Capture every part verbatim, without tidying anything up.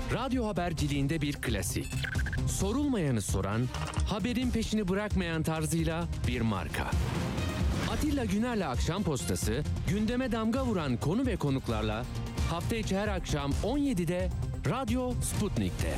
Radyo haberciliğinde bir klasik. Sorulmayanı soran, haberin peşini bırakmayan tarzıyla bir marka. Atilla Güner'le Akşam Postası, gündeme damga vuran konu ve konuklarla hafta içi her akşam on yedide Radyo Sputnik'te.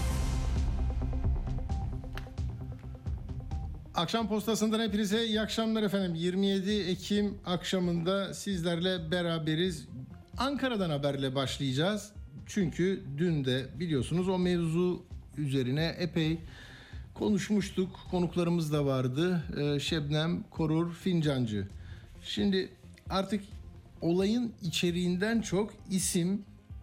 Akşam Postası'ndan hepinize iyi akşamlar efendim. yirmi yedi Ekim akşamında sizlerle beraberiz. Ankara'dan haberle başlayacağız. Çünkü dün de biliyorsunuz o mevzu üzerine epey konuşmuştuk. Konuklarımız da vardı. Ee, Şebnem Korur Fincancı. Şimdi artık olayın içeriğinden çok isim,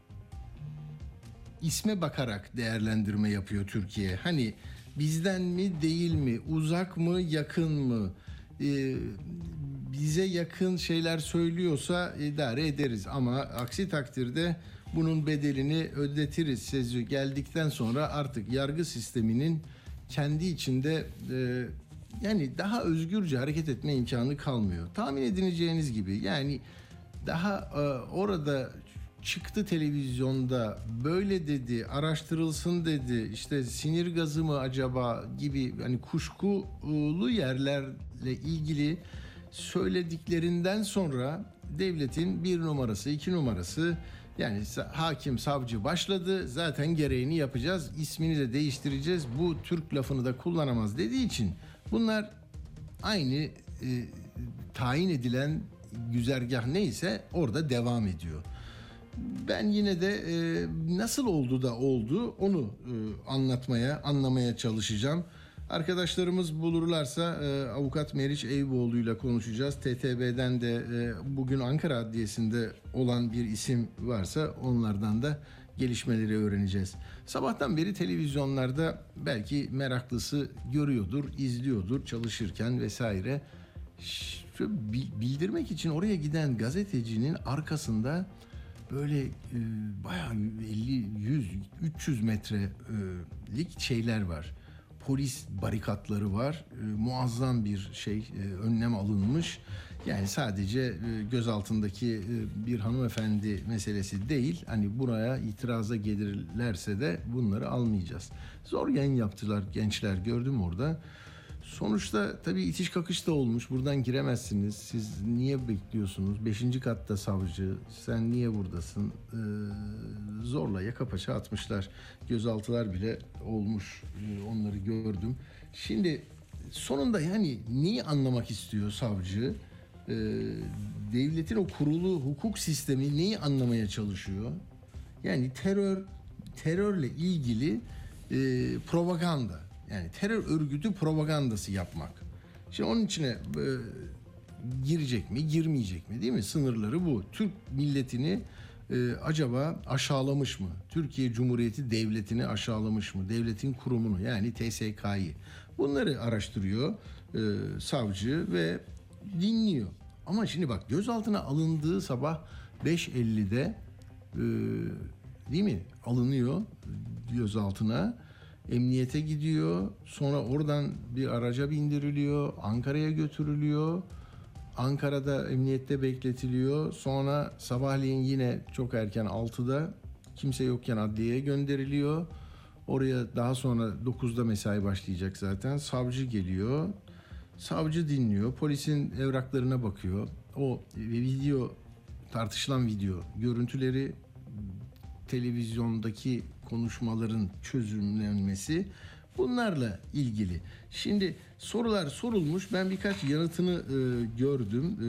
isme bakarak değerlendirme yapıyor Türkiye. Hani bizden mi değil mi, uzak mı yakın mı, ee, bize yakın şeyler söylüyorsa idare ederiz. Ama aksi takdirde bunun bedelini ödetiriz sözü geldikten sonra artık yargı sisteminin kendi içinde e, yani daha özgürce hareket etme imkanı kalmıyor. Tahmin edileceğiniz gibi yani daha e, orada çıktı televizyonda böyle dedi, araştırılsın dedi, işte sinir gazı mı acaba gibi hani kuşkulu yerlerle ilgili söylediklerinden sonra devletin bir numarası, iki numarası yani hakim, savcı başladı. Zaten gereğini yapacağız, ismini de değiştireceğiz. Bu Türk lafını da kullanamaz dediği için bunlar aynı e, tayin edilen güzergah neyse orada devam ediyor. Ben yine de e, nasıl oldu da oldu onu e, anlatmaya, anlamaya çalışacağım. Arkadaşlarımız bulurlarsa e, Avukat Meriç Eyüboğlu ile konuşacağız. T T B'den de e, bugün Ankara Adliyesi'nde olan bir isim varsa onlardan da gelişmeleri öğreneceğiz. Sabahtan beri televizyonlarda belki meraklısı görüyordur, izliyordur çalışırken vesaire. Şu bildirmek için oraya giden gazetecinin arkasında böyle e, bayağı elli, yüz, üç yüz metrelik şeyler var. Polis barikatları var. E, muazzam bir şey, e, önlem alınmış. Yani sadece e, gözaltındaki e, bir hanımefendi meselesi değil. Hani buraya itiraza gelirlerse de bunları almayacağız. Zor yayın yaptılar gençler, gördüm orada. Sonuçta tabii itiş kakış da olmuş. Buradan giremezsiniz. Siz niye bekliyorsunuz? Beşinci katta savcı. Sen niye buradasın? Ee, zorla yaka paça atmışlar. Gözaltılar bile olmuş. Ee, onları gördüm. Şimdi sonunda yani neyi anlamak istiyor savcı? Ee, devletin o kurulu hukuk sistemi neyi anlamaya çalışıyor? Yani terör, terörle ilgili e, propaganda. Yani terör örgütü propagandası yapmak. Şimdi onun içine e, girecek mi, girmeyecek mi değil mi? Sınırları bu. Türk milletini e, acaba aşağılamış mı? Türkiye Cumhuriyeti Devleti'ni aşağılamış mı? Devletin kurumunu yani T S K'yı. Bunları araştırıyor e, savcı ve dinliyor. Ama şimdi bak gözaltına alındığı sabah beş ellide e, değil mi? Alınıyor gözaltına. Emniyete gidiyor, sonra oradan bir araca bindiriliyor, Ankara'ya götürülüyor, Ankara'da emniyette bekletiliyor, sonra sabahleyin yine çok erken altıda kimse yokken adliyeye gönderiliyor, oraya daha sonra dokuzda mesai başlayacak zaten, savcı geliyor, savcı dinliyor, polisin evraklarına bakıyor, o video, tartışılan video görüntüleri, televizyondaki konuşmaların çözümlenmesi bunlarla ilgili. Şimdi sorular sorulmuş. Ben birkaç yanıtını e, gördüm. E,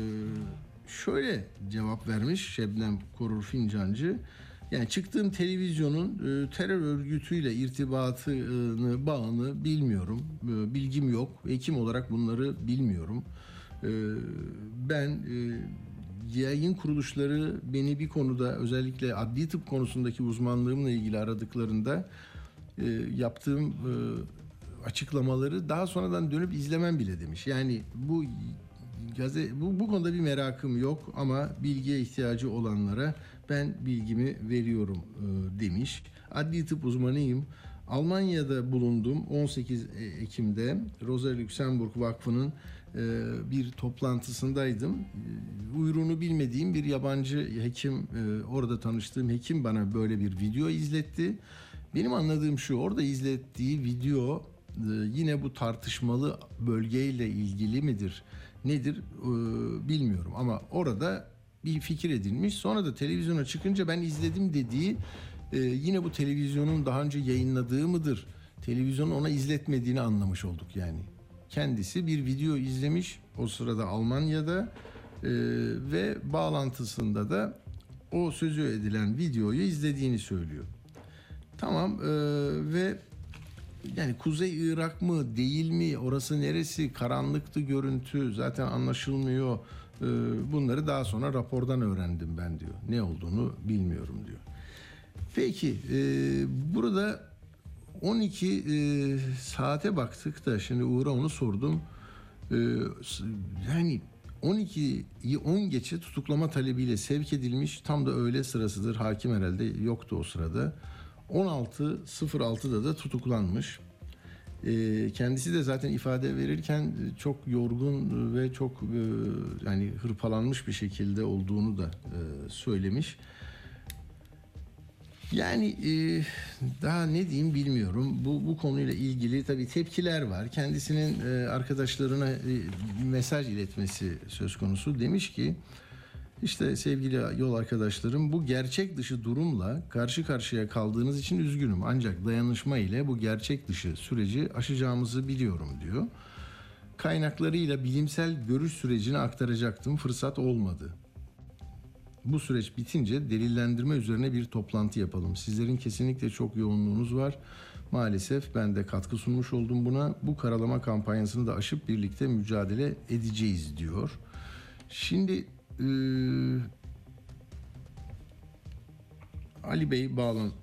şöyle cevap vermiş Şebnem Korur Fincancı. Yani çıktığım televizyonun e, terör örgütüyle irtibatını, bağını bilmiyorum. E, bilgim yok. Hekim olarak bunları bilmiyorum. E, ben e, yayın kuruluşları beni bir konuda özellikle adli tıp konusundaki uzmanlığımla ilgili aradıklarında e, yaptığım e, açıklamaları daha sonradan dönüp izlemem bile demiş. Yani bu gazete bu, bu konuda bir merakım yok ama bilgiye ihtiyacı olanlara ben bilgimi veriyorum e, demiş. Adli tıp uzmanıyım. Almanya'da bulundum. on sekiz Ekim'de Rosa Luxemburg Vakfı'nın bir toplantısındaydım. Uyruğunu bilmediğim bir yabancı hekim, orada tanıştığım hekim bana böyle bir video izletti. Benim anladığım şu, orada izlettiği video yine bu tartışmalı bölgeyle ilgili midir, nedir bilmiyorum. Ama orada bir fikir edilmiş. Sonra da televizyona çıkınca ben izledim dediği yine bu televizyonun daha önce yayınladığı mıdır? Televizyonun ona izletmediğini anlamış olduk yani. Kendisi bir video izlemiş o sırada Almanya'da e, ve bağlantısında da o sözü edilen videoyu izlediğini söylüyor. Tamam e, ve yani Kuzey Irak mı değil mi, orası neresi, karanlıktı görüntü, zaten anlaşılmıyor, e, bunları daha sonra rapordan öğrendim ben diyor. Ne olduğunu bilmiyorum diyor. Peki e, burada on iki e, saate baktık da şimdi Uğur'a onu sordum. E, yani on ikiyi on geçe tutuklama talebiyle sevk edilmiş. Tam da öğle sırasıdır. Hakim herhalde yoktu o sırada. on altı sıfır altıda da tutuklanmış. E, kendisi de zaten ifade verirken çok yorgun ve çok e, yani hırpalanmış bir şekilde olduğunu da e, söylemiş. Yani e, daha ne diyeyim bilmiyorum. Bu bu konuyla ilgili tabii tepkiler var. Kendisinin e, arkadaşlarına e, mesaj iletmesi söz konusu. Demiş ki işte sevgili yol arkadaşlarım, bu gerçek dışı durumla karşı karşıya kaldığınız için üzgünüm. Ancak dayanışma ile bu gerçek dışı süreci aşacağımızı biliyorum diyor. Kaynaklarıyla bilimsel görüş sürecini aktaracaktım. Fırsat olmadı. Bu süreç bitince delillendirme üzerine bir toplantı yapalım. Sizlerin kesinlikle çok yoğunluğunuz var. Maalesef ben de katkı sunmuş oldum buna. Bu karalama kampanyasını da aşıp birlikte mücadele edeceğiz diyor. Şimdi e, Ali Bey bağlan.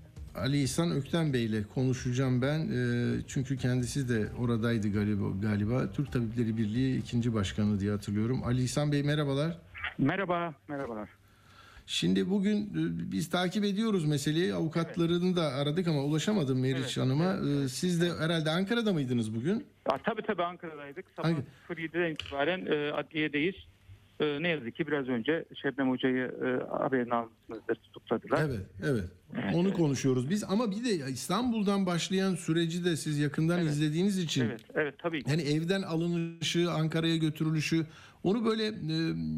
Ali İhsan Ökten Bey ile konuşacağım ben. E, çünkü kendisi de oradaydı galiba, galiba. Türk Tabipleri Birliği ikinci başkanı diye hatırlıyorum. Ali İhsan Bey merhabalar. Merhaba, merhabalar. Şimdi bugün biz takip ediyoruz meseleyi. Avukatlarını evet. da aradık ama ulaşamadım Meriç evet, Hanım'a. Evet. Siz de herhalde Ankara'da mıydınız bugün? Ya, tabii tabii Ankara'daydık. Sabah sıfır yediden itibaren e, adliyedeyiz. E, ne yazık ki biraz önce Şebnem Hoca'yı e, haberini almışsınızdır, tutukladılar. Evet, evet. evet Onu evet. konuşuyoruz biz. Ama bir de İstanbul'dan başlayan süreci de siz yakından evet. izlediğiniz için. Evet, evet tabii ki. Yani evden alınışı, Ankara'ya götürülüşü, onu böyle e,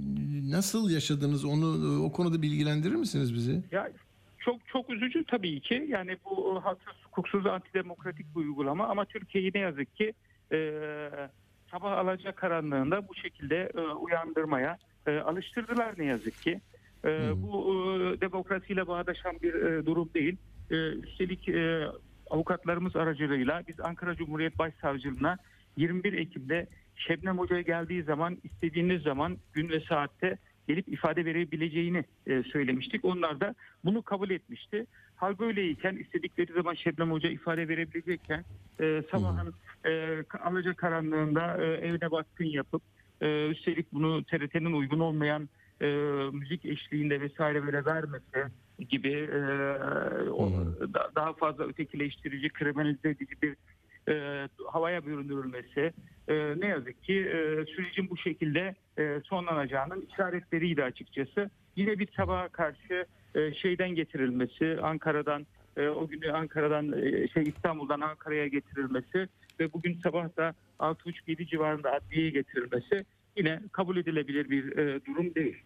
nasıl yaşadınız? Onu e, o konuda bilgilendirir misiniz bizi? Ya çok çok üzücü tabii ki. Yani bu haksız, hukuksuz, antidemokratik bir uygulama ama Türkiye'yi ne yazık ki e, sabah alacakaranlığında bu şekilde e, uyandırmaya e, alıştırdılar ne yazık ki. E, hmm. Bu e, demokrasiyle bağdaşan bir e, durum değil. E, üstelik e, avukatlarımız aracılığıyla biz Ankara Cumhuriyet Başsavcılığına yirmi bir Ekim'de Şebnem Hoca'ya geldiği zaman istediğiniz zaman gün ve saatte gelip ifade verebileceğini e, söylemiştik. Onlar da bunu kabul etmişti. Hal böyleyken istedikleri zaman Şebnem Hoca ifade verebilecekken e, sabahın e, alacakaranlığında e, evine baskın yapıp e, üstelik bunu T R T'nin uygun olmayan e, müzik eşliğinde vesaire böyle vermesi gibi e, o, da, daha fazla ötekileştirici, kriminalize edici bir e, havaya büründürülmesi e, ne yazık ki e, sürecin bu şekilde e, sonlanacağının işaretleriydi açıkçası. Yine bir sabaha karşı e, şeyden getirilmesi, Ankara'dan e, o günü Ankara'dan e, şey İstanbul'dan Ankara'ya getirilmesi ve bugün sabah da altı buçuk yedi civarında adliyeye getirilmesi yine kabul edilebilir bir e, durum değil.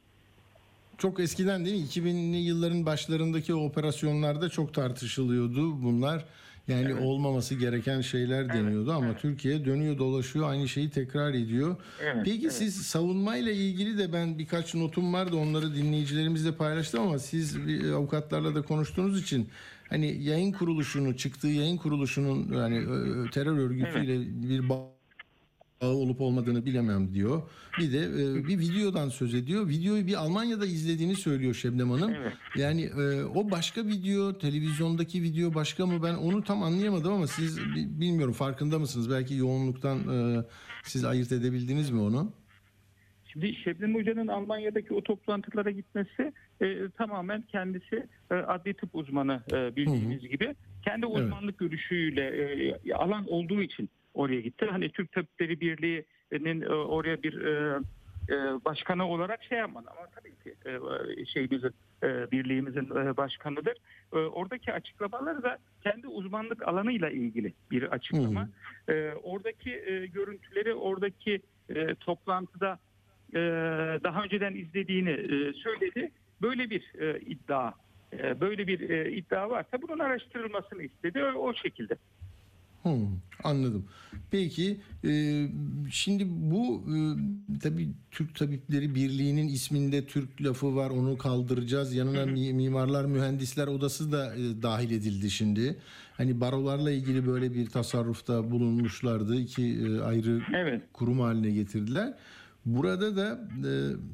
Çok eskiden değil mi? iki binli yılların başlarındaki operasyonlarda çok tartışılıyordu bunlar. Yani evet. olmaması gereken şeyler deniyordu evet, ama evet. Türkiye dönüyor dolaşıyor aynı şeyi tekrar ediyor. Evet, Peki evet. siz savunmayla ilgili de ben birkaç notum vardı, onları dinleyicilerimizle paylaştım ama siz avukatlarla da konuştuğunuz için hani yayın kuruluşunu, çıktığı yayın kuruluşunun yani terör örgütüyle evet. bir bağ olup olmadığını bilemem diyor. Bir de e, bir videodan söz ediyor. Videoyu bir Almanya'da izlediğini söylüyor Şebnem Hanım. Evet. Yani e, o başka video, televizyondaki video başka mı? Ben onu tam anlayamadım ama siz bilmiyorum farkında mısınız? Belki yoğunluktan e, siz ayırt edebildiniz mi onu? Şimdi Şebnem Hoca'nın Almanya'daki o toplantılara gitmesi e, tamamen kendisi e, adli tıp uzmanı e, bildiğiniz hı hı. gibi. Kendi uzmanlık evet. görüşüyle e, alan olduğu için oraya gitti. Hani Türk Tabipleri Birliği Tabiplerinin e, oraya bir e, e, başkanı olarak şey yapmadı ama tabii ki e, şeyimizin e, birliğimizin e, başkanıdır. E, oradaki açıklamaları da kendi uzmanlık alanıyla ilgili bir açıklama. E, oradaki e, görüntüleri oradaki e, toplantıda e, daha önceden izlediğini e, söyledi. Böyle bir e, iddia, e, böyle bir e, iddia varsa bunun araştırılmasını istedi. O, o şekilde. Hmm, anladım. Peki e, şimdi bu e, tabii Türk Tabipleri Birliği'nin isminde Türk lafı var, onu kaldıracağız. Yanına mi- mimarlar mühendisler odası da e, dahil edildi şimdi. Hani barolarla ilgili böyle bir tasarrufta bulunmuşlardı. İki e, ayrı Evet. kurum haline getirdiler. Burada da e,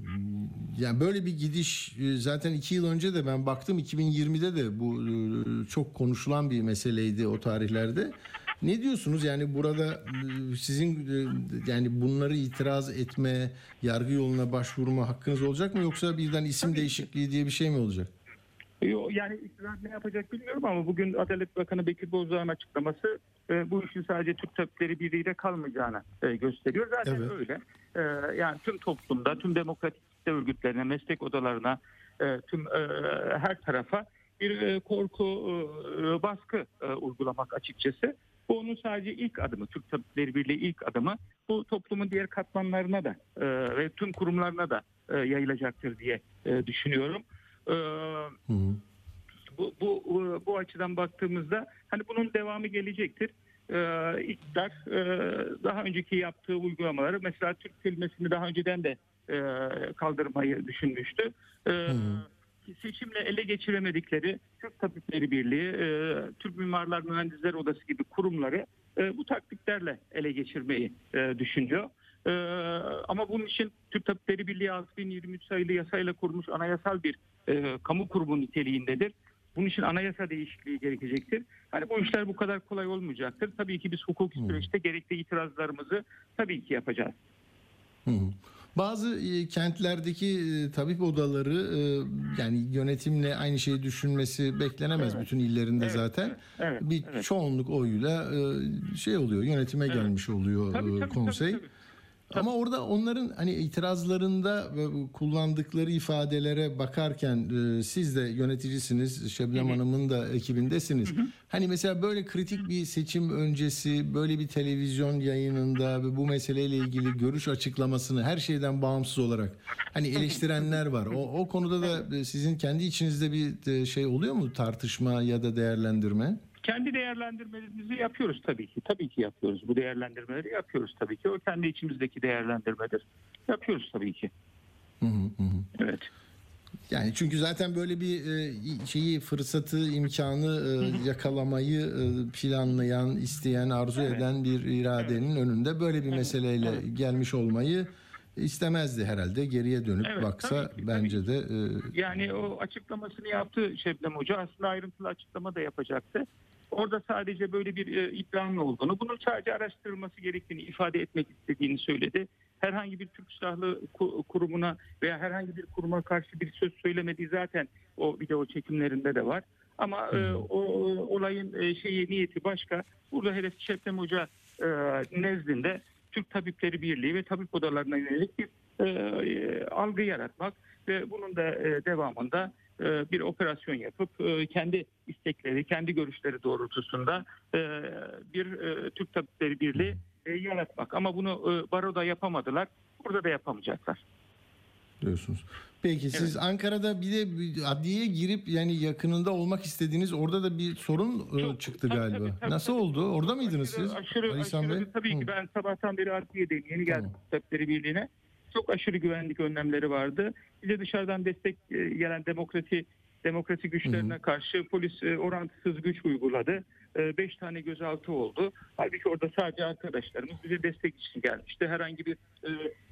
yani böyle bir gidiş e, zaten iki yıl önce de ben baktım iki bin yirmide de bu e, çok konuşulan bir meseleydi o tarihlerde. Ne diyorsunuz? Yani burada e, sizin e, yani bunları itiraz etme, yargı yoluna başvurma hakkınız olacak mı yoksa birden isim Tabii ki. değişikliği diye bir şey mi olacak? Yo, yani iktidar ne yapacak bilmiyorum ama bugün Adalet Bakanı Bekir Bozdağ'ın açıklaması e, bu işin sadece Türk Tabipleri Birliği'yle kalmayacağını e, gösteriyor. Zaten Evet. öyle. E, yani tüm toplumda, tüm demokratik kitle örgütlerine, meslek odalarına, e, tüm e, her tarafa bir e, korku, e, baskı e, uygulamak açıkçası. Bu onun sadece ilk adımı, Türk Tabipleri Birliği ilk adımı. Bu toplumun diğer katmanlarına da e, ve tüm kurumlarına da e, yayılacaktır diye e, düşünüyorum. E, Hı hı. bu, bu bu açıdan baktığımızda hani bunun devamı gelecektir. Ee, iktidar e, daha önceki yaptığı uygulamaları mesela Türk kelimesini daha önceden de e, kaldırmayı düşünmüştü. Ee, seçimle ele geçiremedikleri Türk Tabipleri Birliği, e, Türk Mimarlar Mühendisler Odası gibi kurumları e, bu taktiklerle ele geçirmeyi e, düşünüyor. Ee, ama bunun için Türk Tabipleri Birliği altı bin yirmi üç sayılı yasayla kurmuş anayasal bir e, kamu kurumu niteliğindedir. Bunun için anayasa değişikliği gerekecektir. Hani bu işler bu kadar kolay olmayacaktır. Tabii ki biz hukuki süreçte gerekli itirazlarımızı tabii ki yapacağız. Hı hı. Bazı e, kentlerdeki e, tabip odaları e, yani yönetimle aynı şeyi düşünmesi beklenemez, Evet. bütün illerinde Evet, zaten. evet, evet, bir evet. çoğunluk oyuyla e, şey oluyor, yönetime Evet. gelmiş oluyor Tabii, e, tabii, konsey. tabii, tabii. Ama orada onların hani itirazlarında ve kullandıkları ifadelere bakarken e, siz de yöneticisiniz, Şebnem Hanım'ın da ekibindesiniz. Hani mesela böyle kritik bir seçim öncesi böyle bir televizyon yayınında ve bu meseleyle ilgili görüş açıklamasını her şeyden bağımsız olarak hani eleştirenler var. O, o konuda da e, sizin kendi içinizde bir e, şey oluyor mu, tartışma ya da değerlendirme? Kendi değerlendirmelerimizi yapıyoruz tabii ki. Tabii ki yapıyoruz. Bu değerlendirmeleri yapıyoruz tabii ki. O kendi içimizdeki değerlendirmedir. Yapıyoruz tabii ki. Hı hı hı. Evet. Yani çünkü zaten böyle bir e, şeyi, fırsatı, imkanı e, yakalamayı e, planlayan, isteyen, arzu Evet. eden bir iradenin önünde böyle bir Evet, meseleyle evet. gelmiş olmayı istemezdi herhalde. Geriye dönüp Evet, baksa tabii ki, bence tabii de e, Yani o açıklamasını yaptı Şebnem Hoca. Aslında ayrıntılı açıklama da yapacaktı. Orada sadece böyle bir e, iddianın olduğunu, bunun sadece araştırılması gerektiğini ifade etmek istediğini söyledi. Herhangi bir Türk Silahlı Ku- Kurumu'na veya herhangi bir kuruma karşı bir söz söylemediği zaten o video çekimlerinde de var. Ama e, o olayın e, şeyi niyeti başka. Burada hedef Şebnem Hoca e, nezdinde Türk Tabipleri Birliği ve tabip odalarına yönelik bir e, e, algı yaratmak ve bunun da e, devamında e, bir operasyon yapıp e, kendi istekleri, kendi görüşleri doğrultusunda e, bir e, Türk Tabipleri Birliği e, yaratmak. Ama bunu e, baroda yapamadılar, burada da yapamayacaklar. diyorsunuz. Peki siz Ankara'da bir de bir adliyeye girip yani yakınında olmak istediğiniz orada da bir sorun e, Çok- çıktı tabii, galiba. tabii, tabii, Nasıl tabii. oldu? Orada Çok mıydınız aşırı, siz? Aşırı, Ali İhsan aşırı Bey? tabii Hı. ki ben sabahtan beri adliyedeyim. Yeni geldim Tamam. Tabipleri Birliği'ne. Çok aşırı güvenlik önlemleri vardı. Bize dışarıdan destek e, gelen demokrasi demokrasi güçlerine karşı polis e, orantısız güç uyguladı. E, beş tane gözaltı oldu. Halbuki orada sadece arkadaşlarımız bize destek için gelmişti. Herhangi bir e,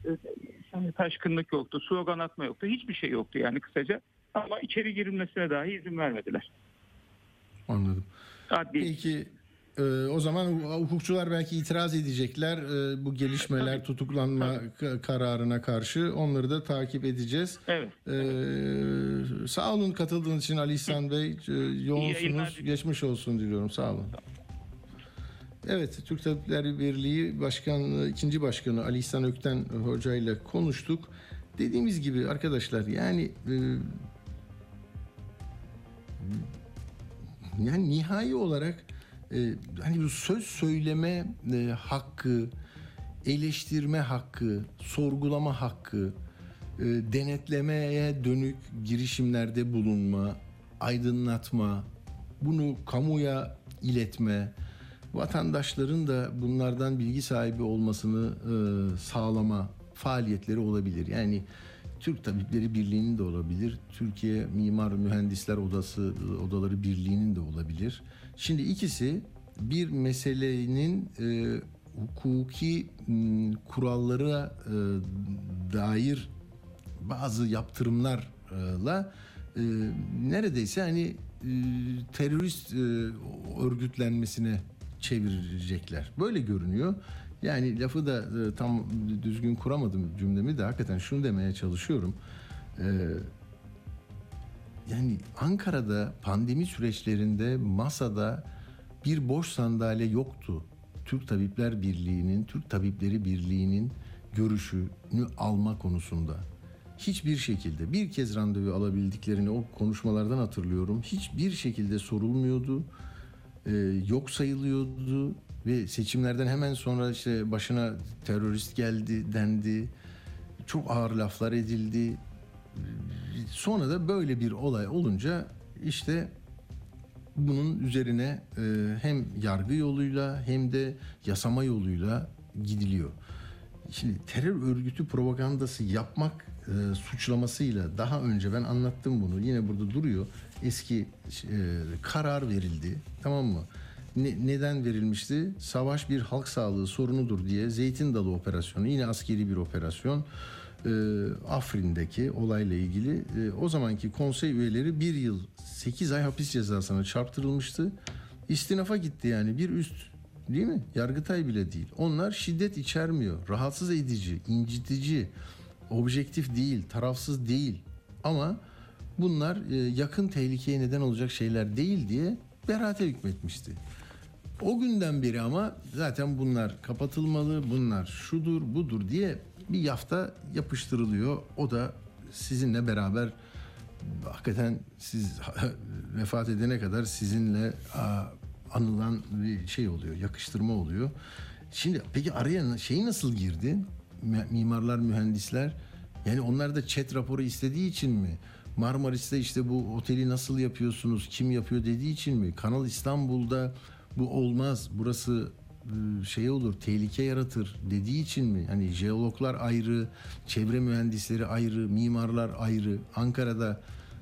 e, taşkınlık yoktu, slogan atma yoktu. Hiçbir şey yoktu yani kısaca. Ama içeri girilmesine dahi izin vermediler. Anladım. Adliye. Peki e, o zaman hukukçular belki itiraz edecekler e, bu gelişmeler, Tabii. tutuklanma ka- kararına karşı. Onları da takip edeceğiz. Evet. E, sağ olun katıldığınız için Ali İhsan Bey. E, yayınlar yoğunsunuz. diliyorum. Geçmiş olsun diliyorum. Sağ olun. Evet, Türk Tabipleri Birliği Başkanı, ikinci başkanı Ali İhsan Ökten Hoca ile konuştuk. Dediğimiz gibi arkadaşlar, yani e, yani nihai olarak e, hani bu söz söyleme e, hakkı, eleştirme hakkı, sorgulama hakkı, e, denetlemeye dönük girişimlerde bulunma, aydınlatma, bunu kamuya iletme, vatandaşların da bunlardan bilgi sahibi olmasını e, sağlama faaliyetleri olabilir. Yani Türk Tabipleri Birliği'nin de olabilir, Türkiye Mimar Mühendisler Odası Odaları Birliği'nin de olabilir. Şimdi ikisi bir meselenin e, hukuki m, kurallara e, dair bazı yaptırımlarla e, neredeyse hani e, terörist e, örgütlenmesine çevirecekler. Böyle görünüyor. Yani lafı da e, tam düzgün kuramadım cümlemi de, hakikaten şunu demeye çalışıyorum. E, yani Ankara'da pandemi süreçlerinde masada bir boş sandalye yoktu. Türk Tabipler Birliği'nin, Türk Tabipleri Birliği'nin görüşünü alma konusunda. Hiçbir şekilde, bir kez randevu alabildiklerini o konuşmalardan hatırlıyorum. Hiçbir şekilde sorulmuyordu, e, yok sayılıyordu ve seçimlerden hemen sonra işte başına terörist geldi dendi. Çok ağır laflar edildi. Sonra da böyle bir olay olunca işte bunun üzerine e, hem yargı yoluyla hem de yasama yoluyla gidiliyor. Şimdi terör örgütü propagandası yapmak e, suçlamasıyla daha önce ben anlattım bunu. Yine burada duruyor. Eski e, karar verildi. Tamam mı? Ne, neden verilmişti? Savaş bir halk sağlığı sorunudur diye Zeytin Dalı operasyonu, yine askeri bir operasyon. E, Afrin'deki olayla ilgili e, o zamanki konsey üyeleri bir yıl sekiz ay hapis cezasına çarptırılmıştı. İstinafa gitti, yani bir üst, değil mi? Yargıtay bile değil. Onlar şiddet içermiyor, rahatsız edici, incitici, objektif değil, tarafsız değil. Ama bunlar e, yakın tehlikeye neden olacak şeyler değil diye beraate hükmetmişti. O günden beri ama zaten bunlar kapatılmalı, bunlar şudur budur diye bir yafta yapıştırılıyor. O da sizinle beraber, hakikaten siz vefat edene kadar sizinle a, anılan bir şey oluyor, yakıştırma oluyor. Şimdi peki araya şey nasıl girdi? Mimarlar, mühendisler, yani onlar da chat raporu istediği için mi? Marmaris'te işte bu oteli nasıl yapıyorsunuz, kim yapıyor dediği için mi? Kanal İstanbul'da bu olmaz, burası şey olur, tehlike yaratır dediği için mi? Hani jeologlar ayrı, çevre mühendisleri ayrı, mimarlar ayrı. Ankara'da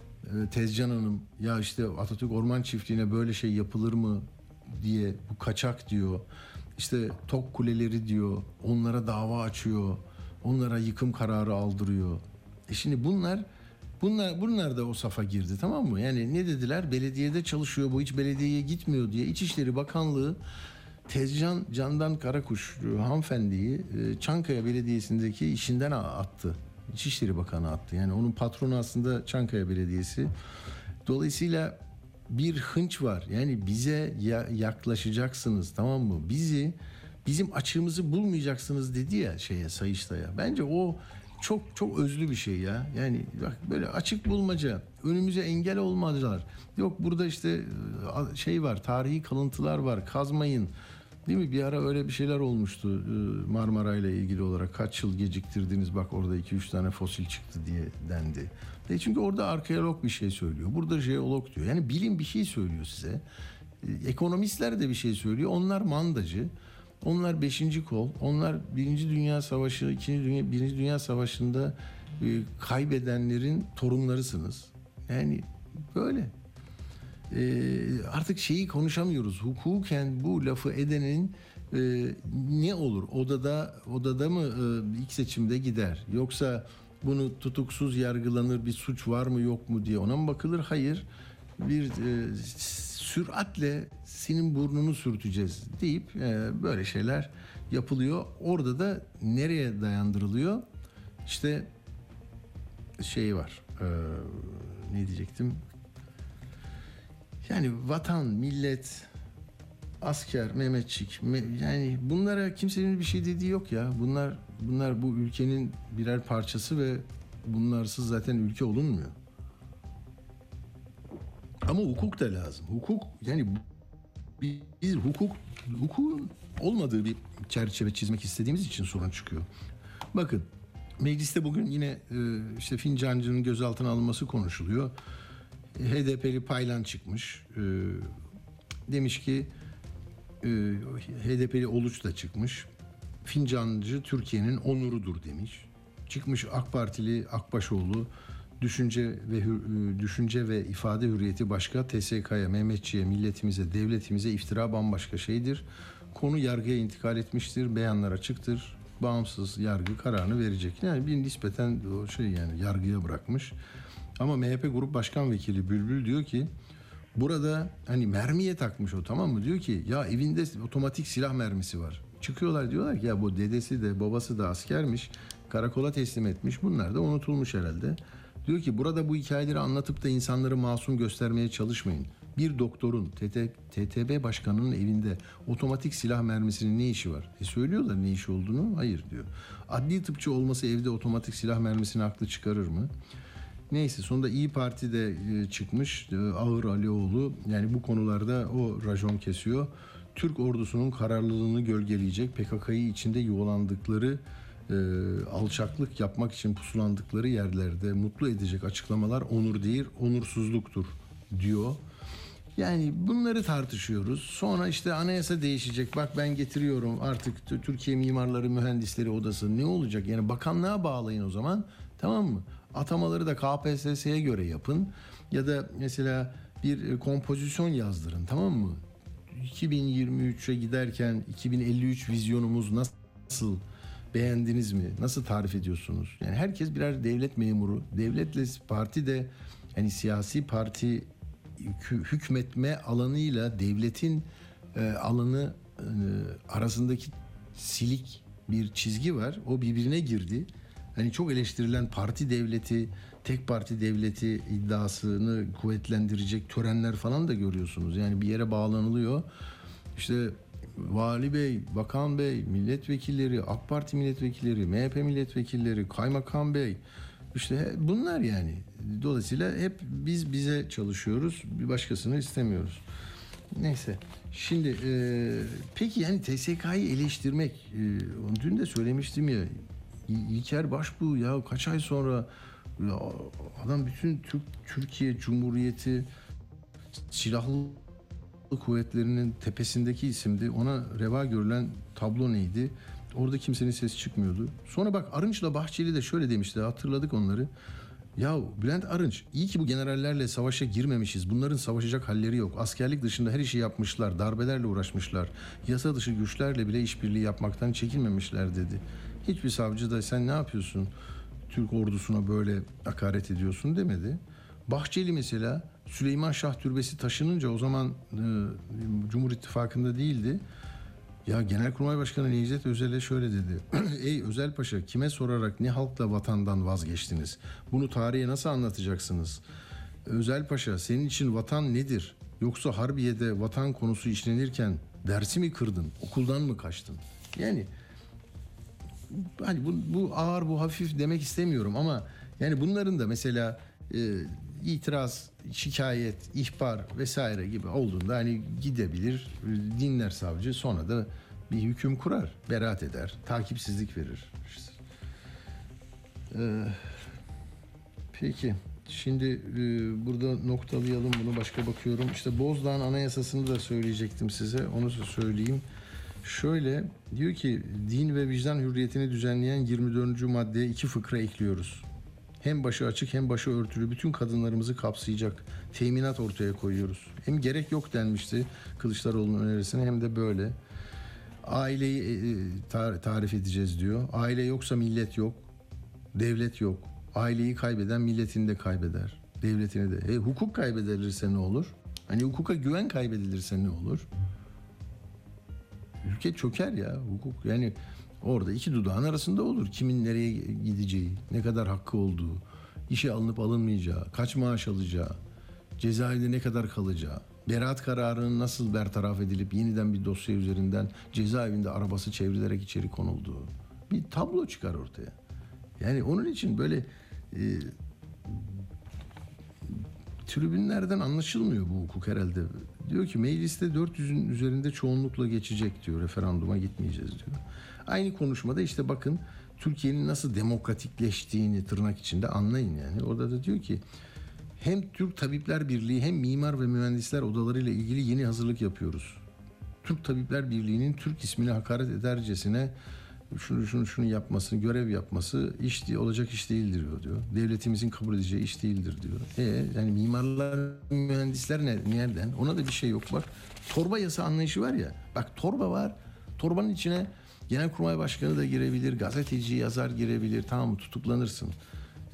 Tezcan Hanım, ya işte Atatürk Orman Çiftliği'ne böyle şey yapılır mı diye, bu kaçak diyor. İşte Tok Kuleleri diyor, onlara dava açıyor, onlara yıkım kararı aldırıyor. E şimdi bunlar bunlar bunlar da o safa girdi, tamam mı? Yani ne dediler? Belediyede çalışıyor, bu hiç belediyeye gitmiyor diye İçişleri Bakanlığı Tezcan Candan Karakuş hanımefendiyi Çankaya Belediyesi'ndeki işinden attı. İçişleri Bakanı attı. Yani onun patronu aslında Çankaya Belediyesi. Dolayısıyla bir hınç var. Yani bize ya- yaklaşacaksınız, tamam mı? Bizi, bizim açığımızı bulmayacaksınız dedi ya şeye, Sayıştay'a. Bence o çok çok özlü bir şey ya. Yani bak, böyle açık bulmaca, önümüze engel olmadılar. Yok burada işte şey var, tarihi kalıntılar var, kazmayın. Değil mi? Bir ara öyle bir şeyler olmuştu Marmara ile ilgili olarak. Kaç yıl geciktirdiniz, bak orada iki üç tane fosil çıktı diye dendi. E çünkü orada arkeolog bir şey söylüyor. Burada jeolog diyor. Yani bilim bir şey söylüyor size. Ekonomistler de bir şey söylüyor. Onlar mandacı. Onlar beşinci kol. Onlar Birinci Dünya Savaşı, İkinci Dünya, Birinci Dünya Savaşı'nda e, kaybedenlerin torunlarısınız. Yani böyle. E, artık şeyi konuşamıyoruz. Hukuken bu lafı edenin e, ne olur? Odada odada mı e, ilk seçimde gider? Yoksa bunu tutuksuz yargılanır, bir suç var mı yok mu diye ona mı bakılır? Hayır. Bir e, süratle senin burnunu sürteceğiz deyip e, böyle şeyler yapılıyor. Orada da nereye dayandırılıyor? İşte şey var. E, ne diyecektim? Yani vatan, millet, asker, Mehmetçik, me- yani bunlara kimsenin bir şey dediği yok ya. Bunlar bunlar bu ülkenin birer parçası ve bunlarsız zaten ülke olunmuyor. Ama hukuk da lazım. Hukuk yani biz hukuk hukukun olmadığı bir çerçeve çizmek istediğimiz için sorun çıkıyor. Bakın mecliste bugün yine e, işte Fincancı'nın gözaltına alınması konuşuluyor. H D P'li Paylan çıkmış. E, demiş ki e, H D P'li Oluç da çıkmış. Fincancı Türkiye'nin onurudur demiş. Çıkmış AK Partili Akbaşoğlu düşünce ve hür, düşünce ve ifade hürriyeti başka, T S K'ya, Mehmetçiğe, milletimize, devletimize iftira bambaşka şeydir. Konu yargıya intikal etmiştir. Beyanlar açıktır. Bağımsız yargı kararını verecek. Yani bir nispeten o şey yani yargıya bırakmış. Ama M H P Grup Başkan Vekili Bülbül diyor ki burada hani mermiye takmış o, tamam mı? Diyor ki ya evinde otomatik silah mermisi var. Çıkıyorlar diyorlar ki ya bu dedesi de babası da askermiş. Karakola teslim etmiş. Bunlar da unutulmuş herhalde. Diyor ki burada bu hikayeleri anlatıp da insanları masum göstermeye çalışmayın. Bir doktorun T T B başkanının evinde otomatik silah mermisinin ne işi var? E söylüyorlar ne işi olduğunu. Hayır diyor. Adli tıpçı olması evde otomatik silah mermisini aklı çıkarır mı? Neyse sonunda İyi Parti de çıkmış. Ağır Alioğlu yani bu konularda o rajon kesiyor. Türk ordusunun kararlılığını gölgeleyecek, P K K'yı içinde yuvalandıkları, e, alçaklık yapmak için pusulandıkları yerlerde mutlu edecek açıklamalar onur değil, onursuzluktur diyor. Yani bunları tartışıyoruz. Sonra işte anayasa değişecek. Bak ben getiriyorum artık Türkiye Mimarları Mühendisleri Odası. Ne olacak? Yani bakanlığa bağlayın o zaman. Tamam mı? Atamaları da K P S S'ye göre yapın. Ya da mesela bir kompozisyon yazdırın. Tamam mı? iki bin yirmi üçe giderken iki bin elli üç vizyonumuz nasıl? Beğendiniz mi? Nasıl tarif ediyorsunuz? Yani herkes birer devlet memuru. Devletle parti de hani siyasi parti hükmetme alanıyla devletin e, alanı e, arasındaki silik bir çizgi var. O birbirine girdi. Hani çok eleştirilen parti devleti, tek parti devleti iddiasını kuvvetlendirecek törenler falan da görüyorsunuz. Yani bir yere bağlanılıyor. İşte Vali Bey, Bakan Bey, milletvekilleri, AK Parti milletvekilleri, M H P milletvekilleri, Kaymakam Bey, işte bunlar yani. Dolayısıyla hep biz bize çalışıyoruz, bir başkasını istemiyoruz. Neyse. Şimdi e, peki yani T S K'yı eleştirmek, e, dün de söylemiştim ya, İlker Başbuğ ya kaç ay sonra ya adam bütün Türk Türkiye Cumhuriyeti silahlı kuvvetlerinin tepesindeki isimdi. Ona reva görülen tablo neydi? Orada kimsenin sesi çıkmıyordu. Sonra bak Arınç'la Bahçeli de şöyle demişti. Hatırladık onları. Ya Bülent Arınç, iyi ki bu generallerle savaşa girmemişiz. Bunların savaşacak halleri yok. Askerlik dışında her işi yapmışlar. Darbelerle uğraşmışlar. Yasa dışı güçlerle bile işbirliği yapmaktan çekinmemişler dedi. Hiçbir savcı da sen ne yapıyorsun? Türk ordusuna böyle hakaret ediyorsun demedi. Bahçeli mesela Süleyman Şah Türbesi taşınınca o zaman e, Cumhur İttifakı'nda değildi. Ya Genelkurmay Başkanı Necdet Özel'e şöyle dedi. Ey Özel Paşa, kime sorarak ne halkla vatandan vazgeçtiniz? Bunu tarihe nasıl anlatacaksınız? Özel Paşa, senin için vatan nedir? Yoksa Harbiye'de vatan konusu işlenirken dersi mi kırdın? Okuldan mı kaçtın? Yani hani bu, bu ağır, bu hafif demek istemiyorum ama yani bunların da mesela e, itiraz, şikayet, ihbar vesaire gibi olduğunda hani gidebilir, dinler savcı, sonra da bir hüküm kurar, beraat eder, takipsizlik verir. İşte. Ee, peki, şimdi e, burada noktalayalım bunu, başka bakıyorum. İşte Bozdağ'ın anayasasını da söyleyecektim size, onu söyleyeyim. Şöyle diyor ki din ve vicdan hürriyetini düzenleyen yirmi dördüncü maddeye iki fıkra ekliyoruz. Hem başı açık hem başı örtülü bütün kadınlarımızı kapsayacak teminat ortaya koyuyoruz. Hem gerek yok denmişti Kılıçdaroğlu'nun önerisine hem de böyle. Aileyi tarif edeceğiz diyor. Aile yoksa millet yok, devlet yok. Aileyi kaybeden milletini de kaybeder, devletini de. E, hukuk kaybedilirse ne olur? Hani hukuka güven kaybedilirse ne olur? Ülke çöker ya, hukuk yani orada iki dudağın arasında olur. Kimin nereye gideceği, ne kadar hakkı olduğu, işe alınıp alınmayacağı, kaç maaş alacağı, cezaevinde ne kadar kalacağı Beraat kararının nasıl bertaraf edilip yeniden bir dosya üzerinden cezaevinde arabası çevrilerek içeri konulduğu bir tablo çıkar ortaya. Yani onun için böyle e, tribünlerden anlaşılmıyor bu hukuk herhalde. Diyor ki mecliste dört yüzün üzerinde çoğunlukla geçecek diyor, referanduma gitmeyeceğiz diyor. Aynı konuşmada işte bakın Türkiye'nin nasıl demokratikleştiğini tırnak içinde anlayın yani. Orada da diyor ki hem Türk Tabipler Birliği hem Mimar ve Mühendisler Odalarıyla ilgili yeni hazırlık yapıyoruz. Türk Tabipler Birliği'nin Türk ismini hakaret edercesine şunu şunu şunu yapmasını, görev yapması iş değil, olacak iş değildir diyor. Devletimizin kabul edeceği iş değildir diyor. E yani mimarlar, mühendisler ne, nereden? Ona da bir şey yok. Bak torba yasa anlayışı var ya. Bak torba var. Torbanın içine Genelkurmay Başkanı da girebilir, gazeteci, yazar girebilir. Tamam mı? Tutuklanırsın. Ee,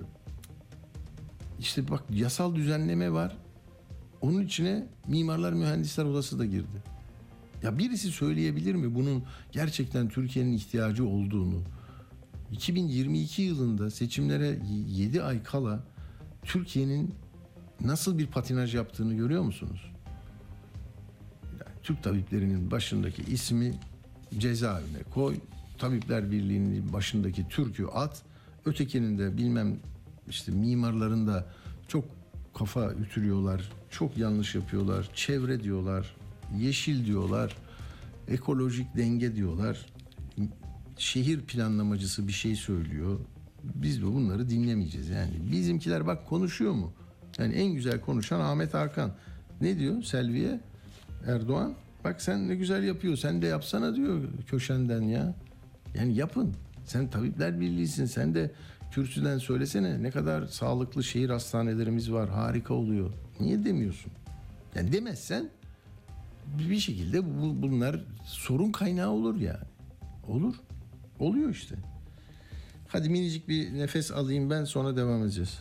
işte bak yasal düzenleme var. Onun içine Mimarlar Mühendisler Odası da girdi. Ya birisi söyleyebilir mi bunun gerçekten Türkiye'nin ihtiyacı olduğunu? iki bin yirmi iki yılında seçimlere yedi ay kala Türkiye'nin nasıl bir patinaj yaptığını görüyor musunuz? Yani Türk tabiplerinin başındaki ismi cezaevine koy. Tabipler Birliği'nin başındaki Türk'ü at. Ötekinin de bilmem işte mimarların da çok kafa ütülüyorlar. Çok yanlış yapıyorlar. Çevre diyorlar. Yeşil diyorlar. Ekolojik denge diyorlar. Şehir planlamacısı bir şey söylüyor. Biz de bunları dinlemeyeceğiz yani. Bizimkiler bak konuşuyor mu? Yani en güzel konuşan Ahmet Hakan. Ne diyor Selvi'ye? Erdoğan bak sen ne güzel yapıyor. Sen de yapsana diyor köşenden ya. Yani yapın. Sen Tabipler Birliği'sin. Sen de kürsüden söylesene ne kadar sağlıklı şehir hastanelerimiz var. Harika oluyor. Niye demiyorsun? Yani demezsen bir şekilde bu, bunlar sorun kaynağı olur yani. Olur. Oluyor işte. Hadi minicik bir nefes alayım ben sonra devam edeceğiz.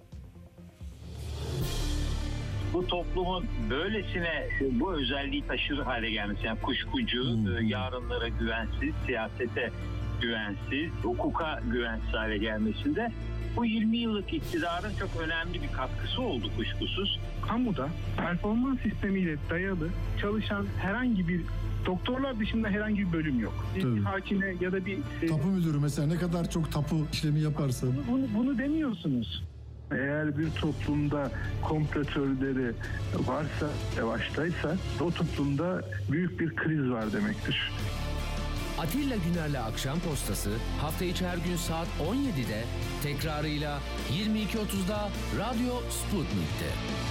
Bu toplumun böylesine bu özelliği taşır hale gelmesi, yani kuşkucu, hmm. yarınlara güvensiz, siyasete güvensiz, hukuka güvensiz hale gelmesinde bu yirmi yıllık iktidarın çok önemli bir katkısı oldu kuşkusuz. Kamuda performans sistemiyle dayalı çalışan herhangi bir doktorlar dışında herhangi bir bölüm yok. Bir hakime ya da bir... Tapu müdürü mesela ne kadar çok tapu işlemi yaparsa... Bunu, bunu demiyorsunuz. Eğer bir toplumda komplo teorileri varsa, yavaştaysa o toplumda büyük bir kriz var demektir. Atilla Güner'le Akşam Postası hafta içi her gün saat on yedide tekrarıyla yirmi iki otuzda Radyo Sputnik'te.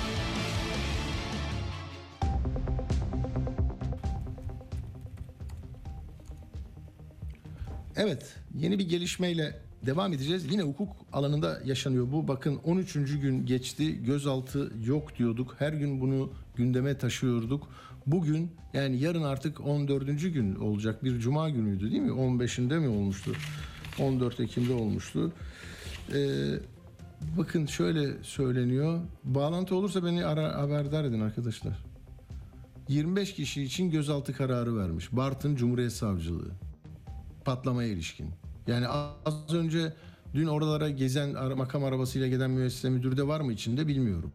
Evet, yeni bir gelişmeyle devam edeceğiz. Yine hukuk alanında yaşanıyor bu. Bakın on üçüncü gün geçti. Gözaltı yok diyorduk. Her gün bunu gündeme taşıyorduk. Bugün yani yarın artık on dördüncü gün olacak. Bir cuma günüydü değil mi? on beşinde mi olmuştu? on dört Ekim'de olmuştu. Ee, bakın şöyle söyleniyor. Bağlantı olursa beni ara, haberdar edin arkadaşlar. yirmi beş kişi için gözaltı kararı vermiş. Bartın Cumhuriyet Savcılığı. Patlamaya ilişkin. Yani az önce dün oralara gezen makam arabasıyla gelen müessese müdürü de var mı içinde bilmiyorum.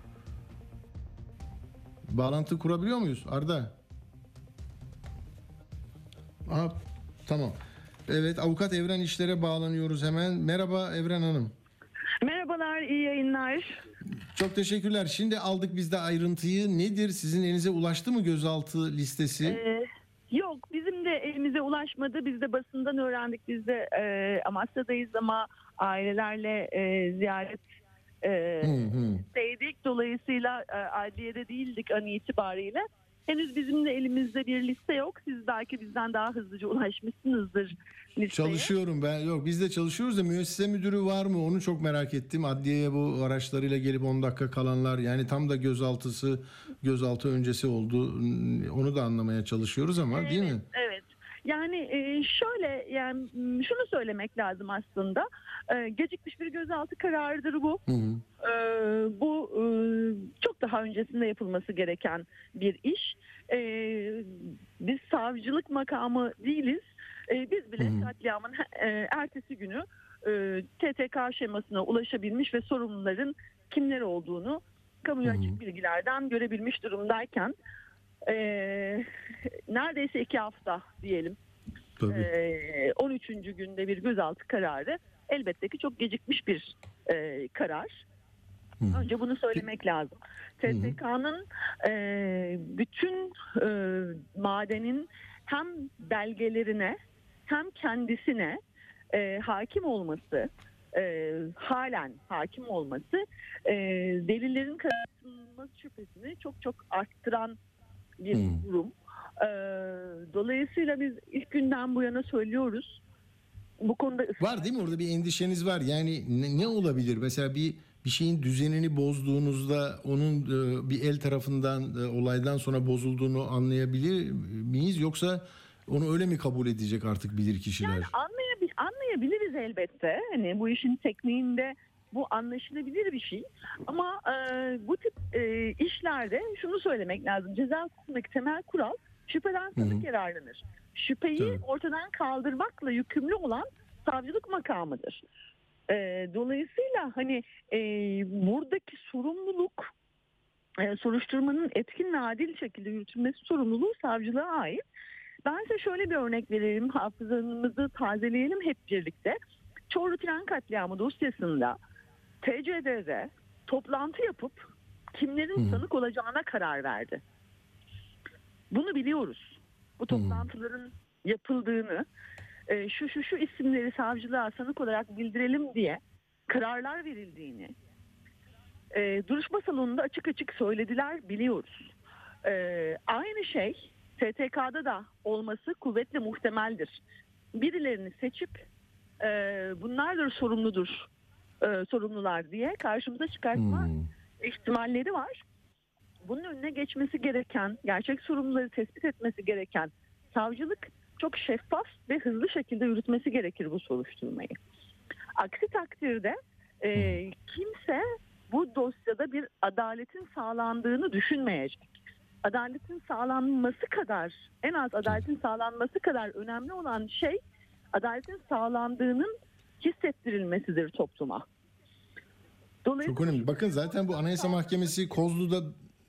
Bağlantı kurabiliyor muyuz Arda? Aha, tamam. Evet, avukat Evren İşler'e bağlanıyoruz hemen. Merhaba Evren Hanım. Merhabalar, iyi yayınlar. Çok teşekkürler. Şimdi aldık biz de ayrıntıyı. Nedir? Sizin elinize ulaştı mı gözaltı listesi? Ee, yok, bizim de elimize ulaşmadı. Biz de basından öğrendik. Biz de e, Amasya'dayız ama ailelerle e, ziyaret e, deydik. Dolayısıyla e, adliyede değildik an itibariyle. Henüz bizim de elimizde bir liste yok. Siz belki bizden daha hızlıca ulaşmışsınızdır listeye. Çalışıyorum ben. Yok biz de çalışıyoruz da müessese müdürü var mı? Onu çok merak ettim. Adliyeye bu araçlarıyla gelip on dakika kalanlar yani tam da gözaltısı, gözaltı öncesi oldu. Onu da anlamaya çalışıyoruz ama evet, değil mi? Evet. Yani e, şöyle yani şunu söylemek lazım aslında. E, gecikmiş bir gözaltı kararıdır bu. Hı hı. E, bu e, çok daha öncesinde yapılması gereken bir iş. E, biz savcılık makamı değiliz. E, biz bile hı hı. katliamın e, ertesi günü e, T T K şemasına ulaşabilmiş ve sorumluların kimler olduğunu kamuya açık bilgilerden görebilmiş durumdayken e, neredeyse iki hafta diyelim. E, on üçüncü günde bir gözaltı kararı elbette ki çok gecikmiş bir e, karar. Hı. Önce bunu söylemek lazım. T S K'nın e, bütün e, madenin hem belgelerine hem kendisine e, hakim olması, e, halen hakim olması e, delillerin karıştırılması şüphesini çok çok arttıran bir hmm. durum. E, dolayısıyla biz ilk günden bu yana söylüyoruz. Bu konuda var değil mi? Orada bir endişeniz var. Yani ne, ne olabilir? Mesela bir bir şeyin düzenini bozduğunuzda onun e, bir el tarafından e, olaydan sonra bozulduğunu anlayabilir miyiz? Yoksa onu öyle mi kabul edecek artık bilirkişiler? Yani anlayabil- anlayabiliriz elbette. Hani bu işin tekniğinde bu anlaşılabilir bir şey. Ama e, bu tip e, işlerde şunu söylemek lazım. Ceza hukukundaki temel kural şüpheden sanık yararlanır. Şüpheyi Tabii. ortadan kaldırmakla yükümlü olan savcılık makamıdır. E, dolayısıyla hani e, buradaki sorumluluk e, soruşturmanın etkin ve adil şekilde yürütülmesi sorumluluğu savcılığa ait. Ben size şöyle bir örnek vereyim. Hafızamızı tazeleyelim hep birlikte. Çorlu tren katliamı dosyasında T C D'de toplantı yapıp kimlerin Hı. sanık olacağına karar verdi. Bunu biliyoruz. Bu toplantıların yapıldığını, e, şu şu şu isimleri savcılığa sanık olarak bildirelim diye kararlar verildiğini e, duruşma salonunda açık açık söylediler, biliyoruz. E, aynı şey T T K'da da olması kuvvetle muhtemeldir. Birilerini seçip e, bunlardır sorumludur, e, sorumlular diye karşımıza çıkartma hmm. ihtimalleri var. Bunun önüne geçmesi gereken, gerçek sorumluları tespit etmesi gereken savcılık çok şeffaf ve hızlı şekilde yürütmesi gerekir bu soruşturmayı. Aksi takdirde e, kimse bu dosyada bir adaletin sağlandığını düşünmeyecek. Adaletin sağlanması kadar, en az adaletin sağlanması kadar önemli olan şey adaletin sağlandığının hissettirilmesidir topluma. Çok önemli. Bakın zaten bu Anayasa Mahkemesi Kozlu'da,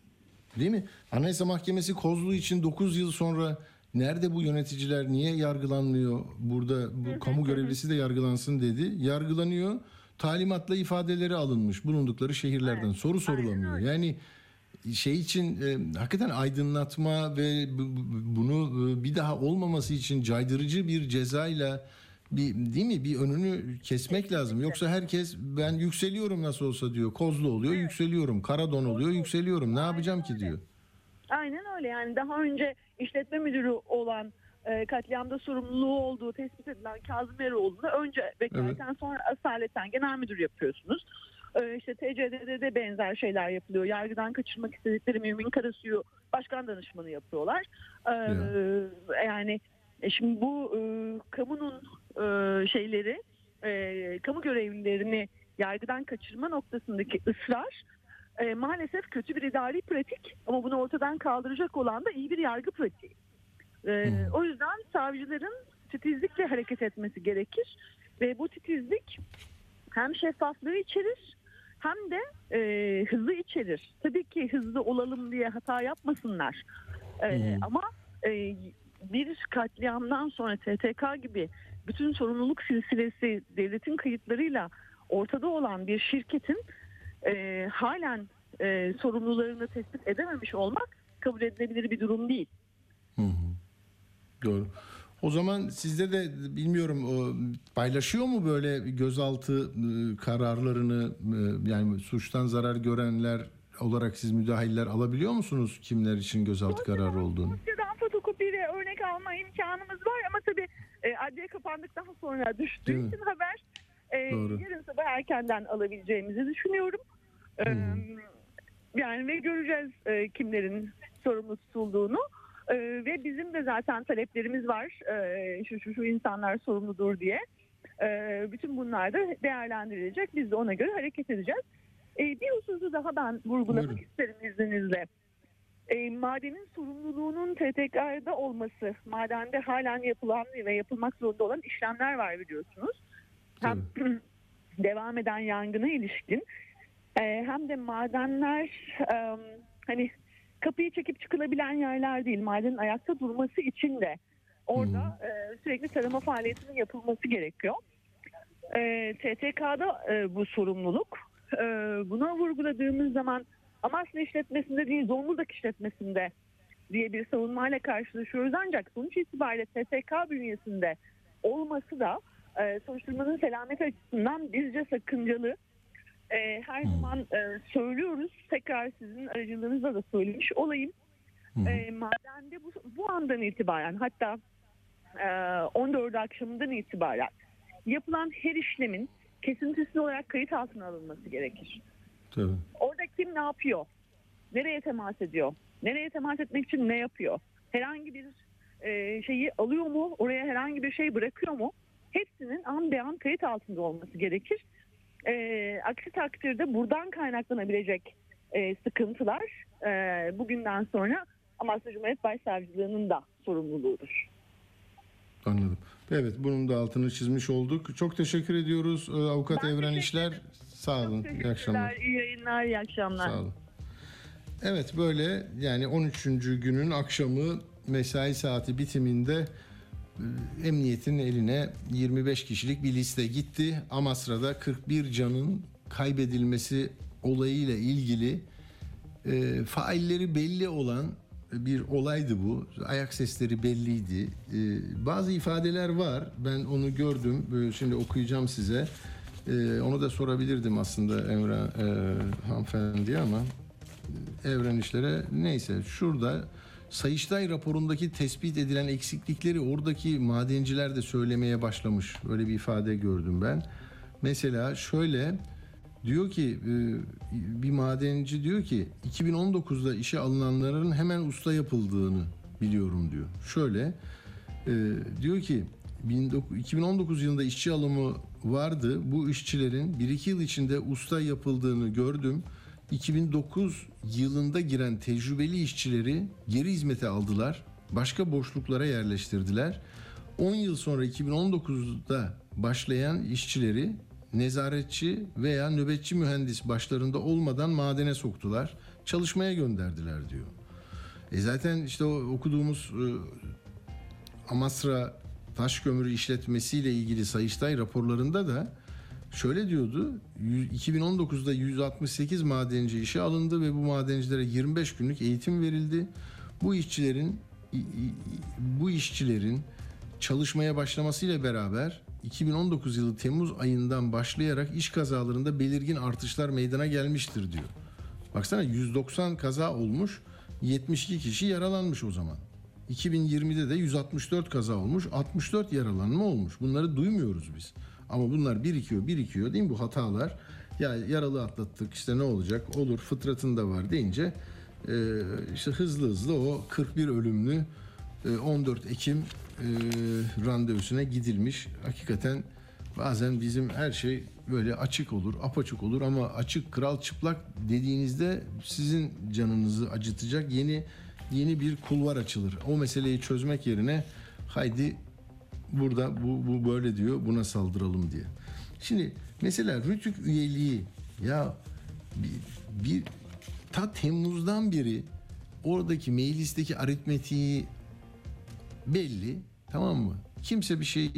değil mi? Anayasa Mahkemesi Kozlu için dokuz yıl sonra nerede bu yöneticiler, niye yargılanmıyor? Burada bu kamu görevlisi de yargılansın dedi. Yargılanıyor. Talimatla ifadeleri alınmış bulundukları şehirlerden. Evet. Soru sorulamıyor. Yani şey için e, hakikaten aydınlatma ve b- b- bunu e, bir daha olmaması için caydırıcı bir cezayla bir, değil mi, bir önünü kesmek Kesinlikle. lazım. Yoksa herkes ben yükseliyorum nasıl olsa diyor. Kozlu oluyor, evet. yükseliyorum. Karadon oluyor, yükseliyorum. Ne Aynen yapacağım öyle. ki diyor. Aynen öyle. Yani daha önce işletme müdürü olan e, katliamda sorumluluğu olduğu tespit edilen Kazım Eroğlu'nu önce beklerken evet. sonra asaleten genel müdür yapıyorsunuz. E, işte T C D'de de benzer şeyler yapılıyor. Yargıdan kaçırmak istedikleri Mümin Karasu'yu başkan danışmanı yapıyorlar. E, yeah. Yani e, şimdi bu e, kamunun e, şeyleri, e, kamu görevlilerini yargıdan kaçırma noktasındaki ısrar e, maalesef kötü bir idari pratik, ama bunu ortadan kaldıracak olan da iyi bir yargı pratiği. E, hmm. O yüzden savcıların titizlikle hareket etmesi gerekir ve bu titizlik hem şeffaflığı içerir hem de e, hızlı içerir. Tabii ki hızlı olalım diye hata yapmasınlar. E, hmm. Ama e, bir katliamdan sonra T T K gibi bütün sorumluluk silsilesi devletin kayıtlarıyla ortada olan bir şirketin e, halen e, sorumlularını tespit edememiş olmak kabul edilebilir bir durum değil. Hı hı. Doğru. O zaman sizde de bilmiyorum paylaşıyor mu böyle gözaltı kararlarını, yani suçtan zarar görenler olarak siz müdahiller alabiliyor musunuz kimler için gözaltı kararı olduğunu? Dosyadan fotokopi ve örnek alma imkanımız var ama tabii e, adliye kapandıktan sonra düştüğü için haber e, yarın sabah erkenden alabileceğimizi düşünüyorum. E, yani ve göreceğiz e, kimlerin sorumlu tutulduğunu. Ee, ve bizim de zaten taleplerimiz var, ee, şu şu şu insanlar sorumludur diye. Ee, bütün bunlar da değerlendirilecek, biz de ona göre hareket edeceğiz. Ee, bir hususu daha ben vurgulamak Buyurun. isterim izninizle. Ee, madenin sorumluluğunun T T K'da olması, madende halen yapılan ve yapılmak zorunda olan işlemler var biliyorsunuz. Hem devam eden yangına ilişkin Ee, hem de madenler e, hani kapıyı çekip çıkılabilen yerler değil. Madenin ayakta durması için de orada e, sürekli tarama faaliyetinin yapılması gerekiyor. E, T T K'da e, bu sorumluluk. E, buna vurguladığımız zaman Amasya işletmesinde değil Zonguldak işletmesinde diye bir savunmayla karşılaşıyoruz. Ancak sonuç itibariyle T T K bünyesinde olması da e, soruşturmanın selameti açısından bizce sakıncalı. E, her zaman e, söylüyoruz. Tekrar sizin aracılığınızla da söylemiş olayım. E, madende bu, bu andan itibaren, hatta e, on dördü akşamından itibaren yapılan her işlemin kesintisiz olarak kayıt altına alınması gerekir. Tabii. Orada kim ne yapıyor? Nereye temas ediyor? Nereye temas etmek için ne yapıyor? Herhangi bir e, şeyi alıyor mu? Oraya herhangi bir şey bırakıyor mu? Hepsinin an be an kayıt altında olması gerekir. E, aksi takdirde buradan kaynaklanabilecek e, sıkıntılar e, bugünden sonra Amasya Cumhuriyet Başsavcılığı'nın da sorumluluğudur. Anladım. Evet, bunun da altını çizmiş olduk. Çok teşekkür ediyoruz e, Avukat Ben Evren teşekkür İşler. Sağ olun. İyi akşamlar. İyi yayınlar, iyi akşamlar. Sağ olun. Evet, böyle yani on üçüncü günün akşamı mesai saati bitiminde e, emniyetin eline yirmi beş kişilik bir liste gitti. Amasra'da kırk bir canın kaybedilmesi olayıyla ilgili e, failleri belli olan bir olaydı bu. Ayak sesleri belliydi. E, bazı ifadeler var. Ben onu gördüm. Böyle şimdi okuyacağım size. E, onu da sorabilirdim aslında Emre e, hanımefendiye ama Evren İşler'e neyse. Şurada Sayıştay raporundaki tespit edilen eksiklikleri oradaki madenciler de söylemeye başlamış. Böyle bir ifade gördüm ben. Mesela şöyle diyor ki bir madenci diyor ki iki bin on dokuzda işe alınanların hemen usta yapıldığını biliyorum diyor. Şöyle diyor ki iki bin on dokuz yılında işçi alımı vardı. Bu işçilerin bir iki yıl içinde usta yapıldığını gördüm. iki bin dokuz yılında giren tecrübeli işçileri geri hizmete aldılar. Başka boşluklara yerleştirdiler. on yıl sonra iki bin on dokuzda başlayan işçileri nezaretçi veya nöbetçi mühendis başlarında olmadan madene soktular. Çalışmaya gönderdiler diyor. E zaten işte o okuduğumuz e, Amasra Taş Kömürü işletmesiyle ilgili Sayıştay raporlarında da şöyle diyordu. iki bin on dokuzda yüz altmış sekiz madenci işe alındı ve bu madencilere yirmi beş günlük eğitim verildi. Bu işçilerin bu işçilerin çalışmaya başlamasıyla beraber iki bin on dokuz yılı Temmuz ayından başlayarak iş kazalarında belirgin artışlar meydana gelmiştir diyor. Baksana yüz doksan kaza olmuş, yetmiş iki kişi yaralanmış o zaman. iki bin yirmide de yüz altmış dört kaza olmuş, altmış dört yaralanma olmuş. Bunları duymuyoruz biz. Ama bunlar birikiyor, birikiyor değil mi bu hatalar? Ya yaralı atlattık işte ne olacak? Olur fıtratında var deyince e, işte hızlı hızlı o kırk bir ölümlü e, on dört Ekim e, randevusuna gidilmiş. Hakikaten bazen bizim her şey böyle açık olur, apaçık olur ama açık kral çıplak dediğinizde sizin canınızı acıtacak yeni yeni bir kulvar açılır. O meseleyi çözmek yerine haydi burada bu, bu böyle diyor buna saldıralım diye. Şimdi mesela Rütük üyeliği ya bir, bir ta Temmuz'dan beri oradaki meclisteki aritmetiği belli, tamam mı? Kimse bir şey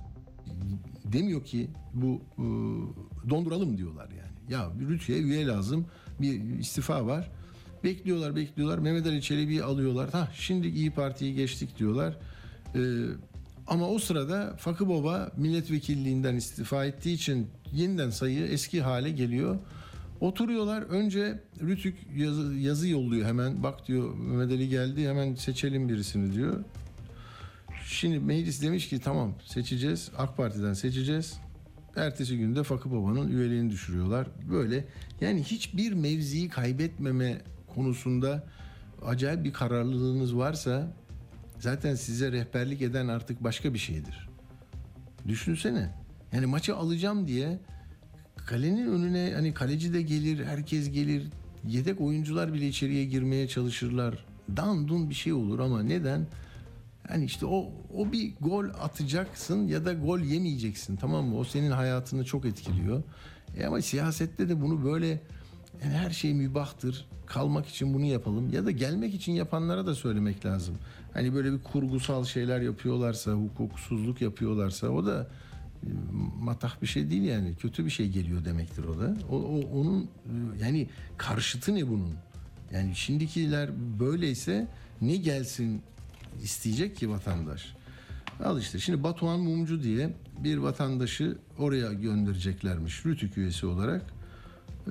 demiyor ki bu e, donduralım diyorlar yani. Ya bir Rütük'e üye lazım, bir istifa var. Bekliyorlar bekliyorlar Mehmet Ali Çelebi'yi alıyorlar. Ha şimdi İyi Parti'yi geçtik diyorlar. Ee, ama o sırada Fakı Baba milletvekilliğinden istifa ettiği için yeniden sayı eski hale geliyor. Oturuyorlar önce Rütük yazı, yazı yolluyor hemen. Bak diyor Mehmet Ali geldi hemen seçelim birisini diyor. Şimdi meclis demiş ki tamam seçeceğiz. AK Parti'den seçeceğiz. Ertesi günde Fakı Baba'nın üyeliğini düşürüyorlar. Böyle yani hiçbir mevziyi kaybetmeme konusunda acayip bir kararlılığınız varsa zaten size rehberlik eden artık başka bir şeydir. Düşünsene. Yani maçı alacağım diye kalenin önüne hani kaleci de gelir, herkes gelir. Yedek oyuncular bile içeriye girmeye çalışırlar. Dandun bir şey olur ama neden? Yani işte o o bir gol atacaksın ya da gol yemeyeceksin, tamam mı? O senin hayatını çok etkiliyor. E ama siyasette de bunu böyle Yani her şey mübahtır. Kalmak için bunu yapalım. Ya da gelmek için yapanlara da söylemek lazım. Hani böyle bir kurgusal şeyler yapıyorlarsa, hukuksuzluk yapıyorlarsa o da e, matah bir şey değil yani. Kötü bir şey geliyor demektir o da. O, o onun e, yani karşıtı ne bunun? Yani şimdikiler böyleyse ne gelsin isteyecek ki vatandaş? Al işte şimdi Batuhan Mumcu diye bir vatandaşı oraya göndereceklermiş RÜTÜK üyesi olarak. Ee,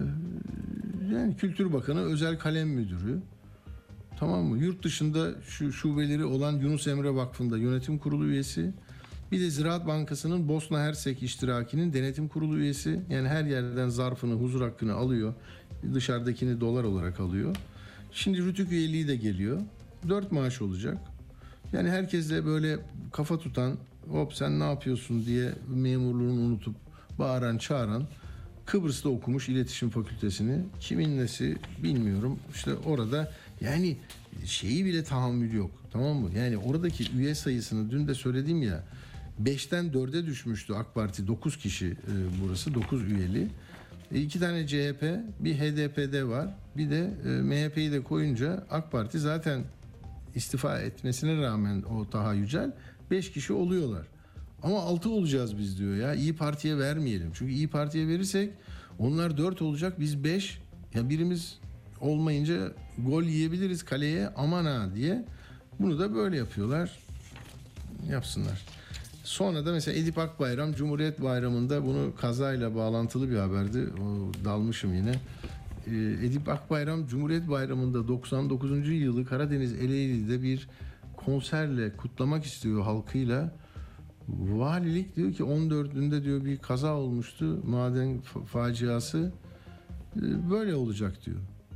yani Kültür Bakanı Özel Kalem Müdürü, tamam mı? Yurt dışında şu şubeleri olan Yunus Emre Vakfı'nda yönetim kurulu üyesi. Bir de Ziraat Bankası'nın Bosna Hersek iştirakinin denetim kurulu üyesi. Yani her yerden zarfını, huzur hakkını alıyor. Dışarıdakini dolar olarak alıyor. Şimdi RÜTÜK üyeliği de geliyor. Dört maaş olacak. Yani herkesle böyle kafa tutan, hop sen ne yapıyorsun diye memurluğunu unutup bağıran çağıran, Kıbrıs'ta okumuş iletişim fakültesini, kimin nesi bilmiyorum. İşte orada yani şeyi bile tahammül yok, tamam mı? Yani oradaki üye sayısını dün de söyledim ya, beşten dörde düşmüştü AK Parti, dokuz kişi e, burası, dokuz üyeli. E, iki tane C H P, bir H D P'de var, bir de e, M H P'yi de koyunca AK Parti zaten istifa etmesine rağmen o Taha Yücel beş kişi oluyorlar. Ama altı olacağız biz diyor ya. İyi Parti'ye vermeyelim. Çünkü İyi Parti'ye verirsek onlar dört olacak, biz beş. Ya birimiz olmayınca gol yiyebiliriz kaleye, aman ha diye. Bunu da böyle yapıyorlar. Yapsınlar. Sonra da mesela Edip Akbayram Cumhuriyet Bayramı'nda, bunu kazayla bağlantılı bir haberdi. O, dalmışım yine. Edip Akbayram Cumhuriyet Bayramı'nda doksan dokuzuncu yılı Karadeniz Ereğli'de bir konserle kutlamak istiyor halkıyla. Valilik diyor ki on dördünde diyor bir kaza olmuştu, maden faciası, böyle olacak diyor.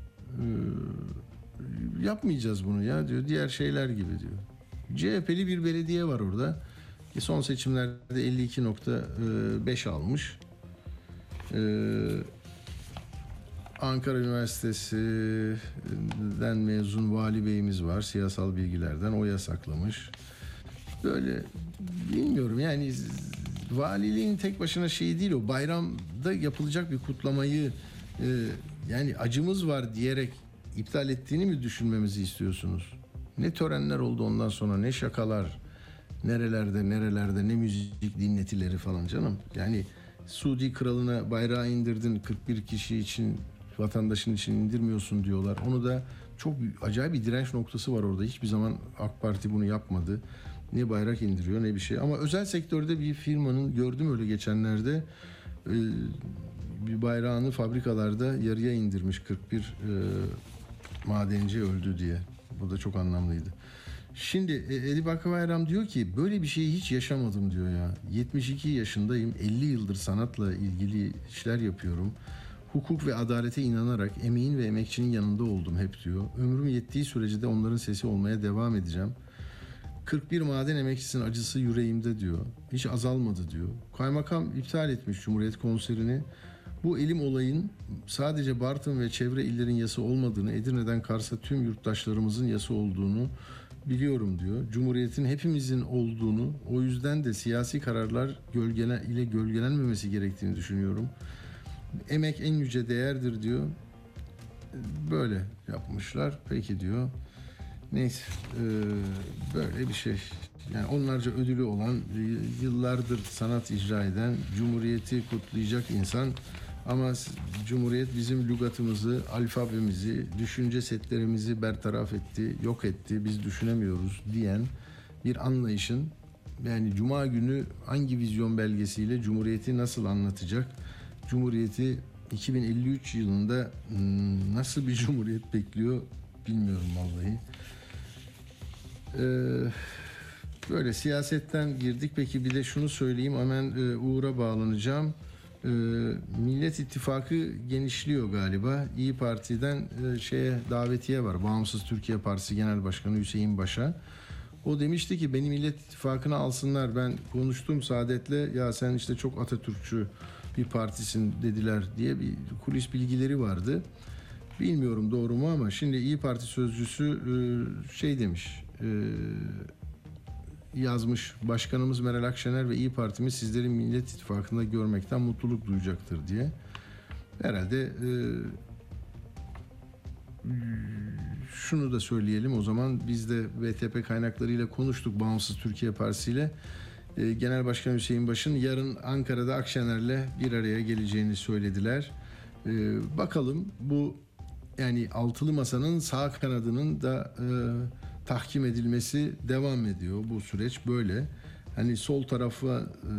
Yapmayacağız bunu ya diyor, diğer şeyler gibi diyor. C H P'li bir belediye var orada. Son seçimlerde elli iki nokta beş almış. Ankara Üniversitesi'den mezun vali beyimiz var. Siyasal bilgilerden o yasaklamış. Böyle bilmiyorum yani, valiliğin tek başına şeyi değil o. Bayramda yapılacak bir kutlamayı e, yani acımız var diyerek iptal ettiğini mi düşünmemizi istiyorsunuz? Ne törenler oldu ondan sonra, ne şakalar, nerelerde nerelerde ne müzik dinletileri falan canım. Yani Suudi kralına bayrağı indirdin, kırk bir kişi için, vatandaşın için indirmiyorsun diyorlar. Onu da çok acayip bir direnç noktası var orada. Hiçbir zaman AK Parti bunu yapmadı. Ne bayrak indiriyor ne bir şey. Ama özel sektörde bir firmanın, gördüm öyle geçenlerde, bir bayrağını fabrikalarda yarıya indirmiş, kırk bir e, madenci öldü diye. Bu da çok anlamlıydı. Şimdi Edip Akbayram diyor ki böyle bir şeyi hiç yaşamadım diyor ya. yetmiş iki yaşındayım, elli yıldır sanatla ilgili işler yapıyorum. Hukuk ve adalete inanarak emeğin ve emekçinin yanında oldum hep diyor. Ömrüm yettiği sürece de onların sesi olmaya devam edeceğim. kırk bir maden emekçisinin acısı yüreğimde diyor. Hiç azalmadı diyor. Kaymakam iptal etmiş Cumhuriyet konserini. Bu elim olayın sadece Bartın ve çevre illerin yası olmadığını, Edirne'den Kars'a tüm yurttaşlarımızın yası olduğunu biliyorum diyor. Cumhuriyetin hepimizin olduğunu, o yüzden de siyasi kararlar gölgelen ile gölgelenmemesi gerektiğini düşünüyorum. Emek en yüce değerdir diyor. Böyle yapmışlar. Peki diyor. Neyse, böyle bir şey. Yani onlarca ödülü olan, yıllardır sanat icra eden, Cumhuriyeti kutlayacak insan, ama Cumhuriyet bizim lügatımızı, alfabemizi, düşünce setlerimizi bertaraf etti, yok etti, biz düşünemiyoruz diyen bir anlayışın, yani Cuma günü hangi vizyon belgesiyle Cumhuriyeti nasıl anlatacak? Cumhuriyeti iki bin elli üç yılında nasıl bir cumhuriyet bekliyor bilmiyorum vallahi. Ee, böyle siyasetten girdik. Peki bir de şunu söyleyeyim, hemen e, Uğur'a bağlanacağım. E, Millet İttifakı genişliyor galiba. İyi Parti'den e, şeye davetiye var. Bağımsız Türkiye Partisi Genel Başkanı Hüseyin Baş'a. O demişti ki beni Millet İttifakı'na alsınlar. Ben konuştum Saadet'le, ya sen işte çok Atatürkçü bir partisin dediler diye bir kulis bilgileri vardı. Bilmiyorum doğru mu, ama şimdi İyi Parti sözcüsü şey demiş, yazmış, başkanımız Meral Akşener ve İyi Parti'miz sizlerin Millet İttifakı'nda görmekten mutluluk duyacaktır diye. herhalde e, şunu da söyleyelim o zaman, biz de V T P kaynaklarıyla konuştuk, Bağımsız Türkiye Partisi ile. E, Genel Başkan Hüseyin Baş'ın yarın Ankara'da Akşener'le bir araya geleceğini söylediler. E, bakalım bu yani altılı masanın sağ kanadının da e, tahkim edilmesi devam ediyor. Bu süreç böyle. Hani sol tarafa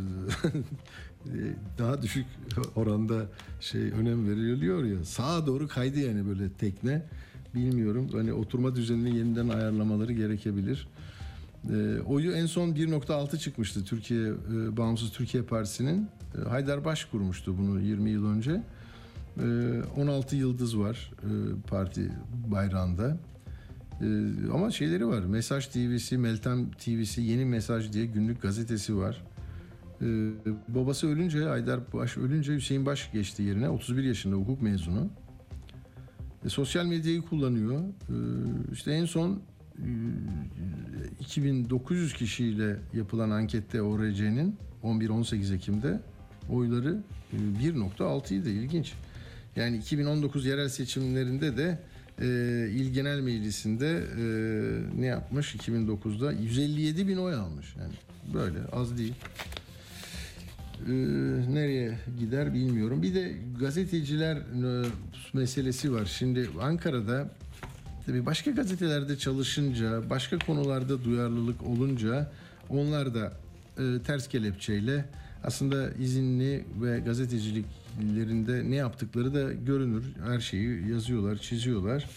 e, daha düşük oranda şey önem veriliyor ya, sağa doğru kaydı yani böyle tekne. Bilmiyorum. Hani oturma düzenini yeniden ayarlamaları gerekebilir. E, oyu en son bir nokta altı çıkmıştı Türkiye e, Bağımsız Türkiye Partisi'nin. E, Haydarbaş kurmuştu bunu yirmi yıl önce. E, on altı yıldız var e, parti bayrağında. E, ama şeyleri var. Mesaj T V'si, Meltem T V'si, Yeni Mesaj diye günlük gazetesi var. E, babası ölünce, Haydarbaş ölünce Hüseyin Baş geçti yerine. otuz bir yaşında, hukuk mezunu. E, sosyal medyayı kullanıyor. E, işte en son e, iki bin dokuz yüz kişiyle yapılan ankette O R C'nin on bir on sekiz Ekim'de oyları e, bir nokta altıydı. İlginç. Yani iki bin on dokuz yerel seçimlerinde de e, İl Genel Meclisi'nde e, ne yapmış? iki bin dokuzda yüz elli yedi bin oy almış. Yani böyle az değil. E, nereye gider bilmiyorum. Bir de gazeteciler e, meselesi var. Şimdi Ankara'da tabii başka gazetelerde çalışınca, başka konularda duyarlılık olunca onlar da e, ters kelepçeyle aslında izinli ve gazeteciliklerinde ne yaptıkları da görünür. Her şeyi yazıyorlar, çiziyorlar.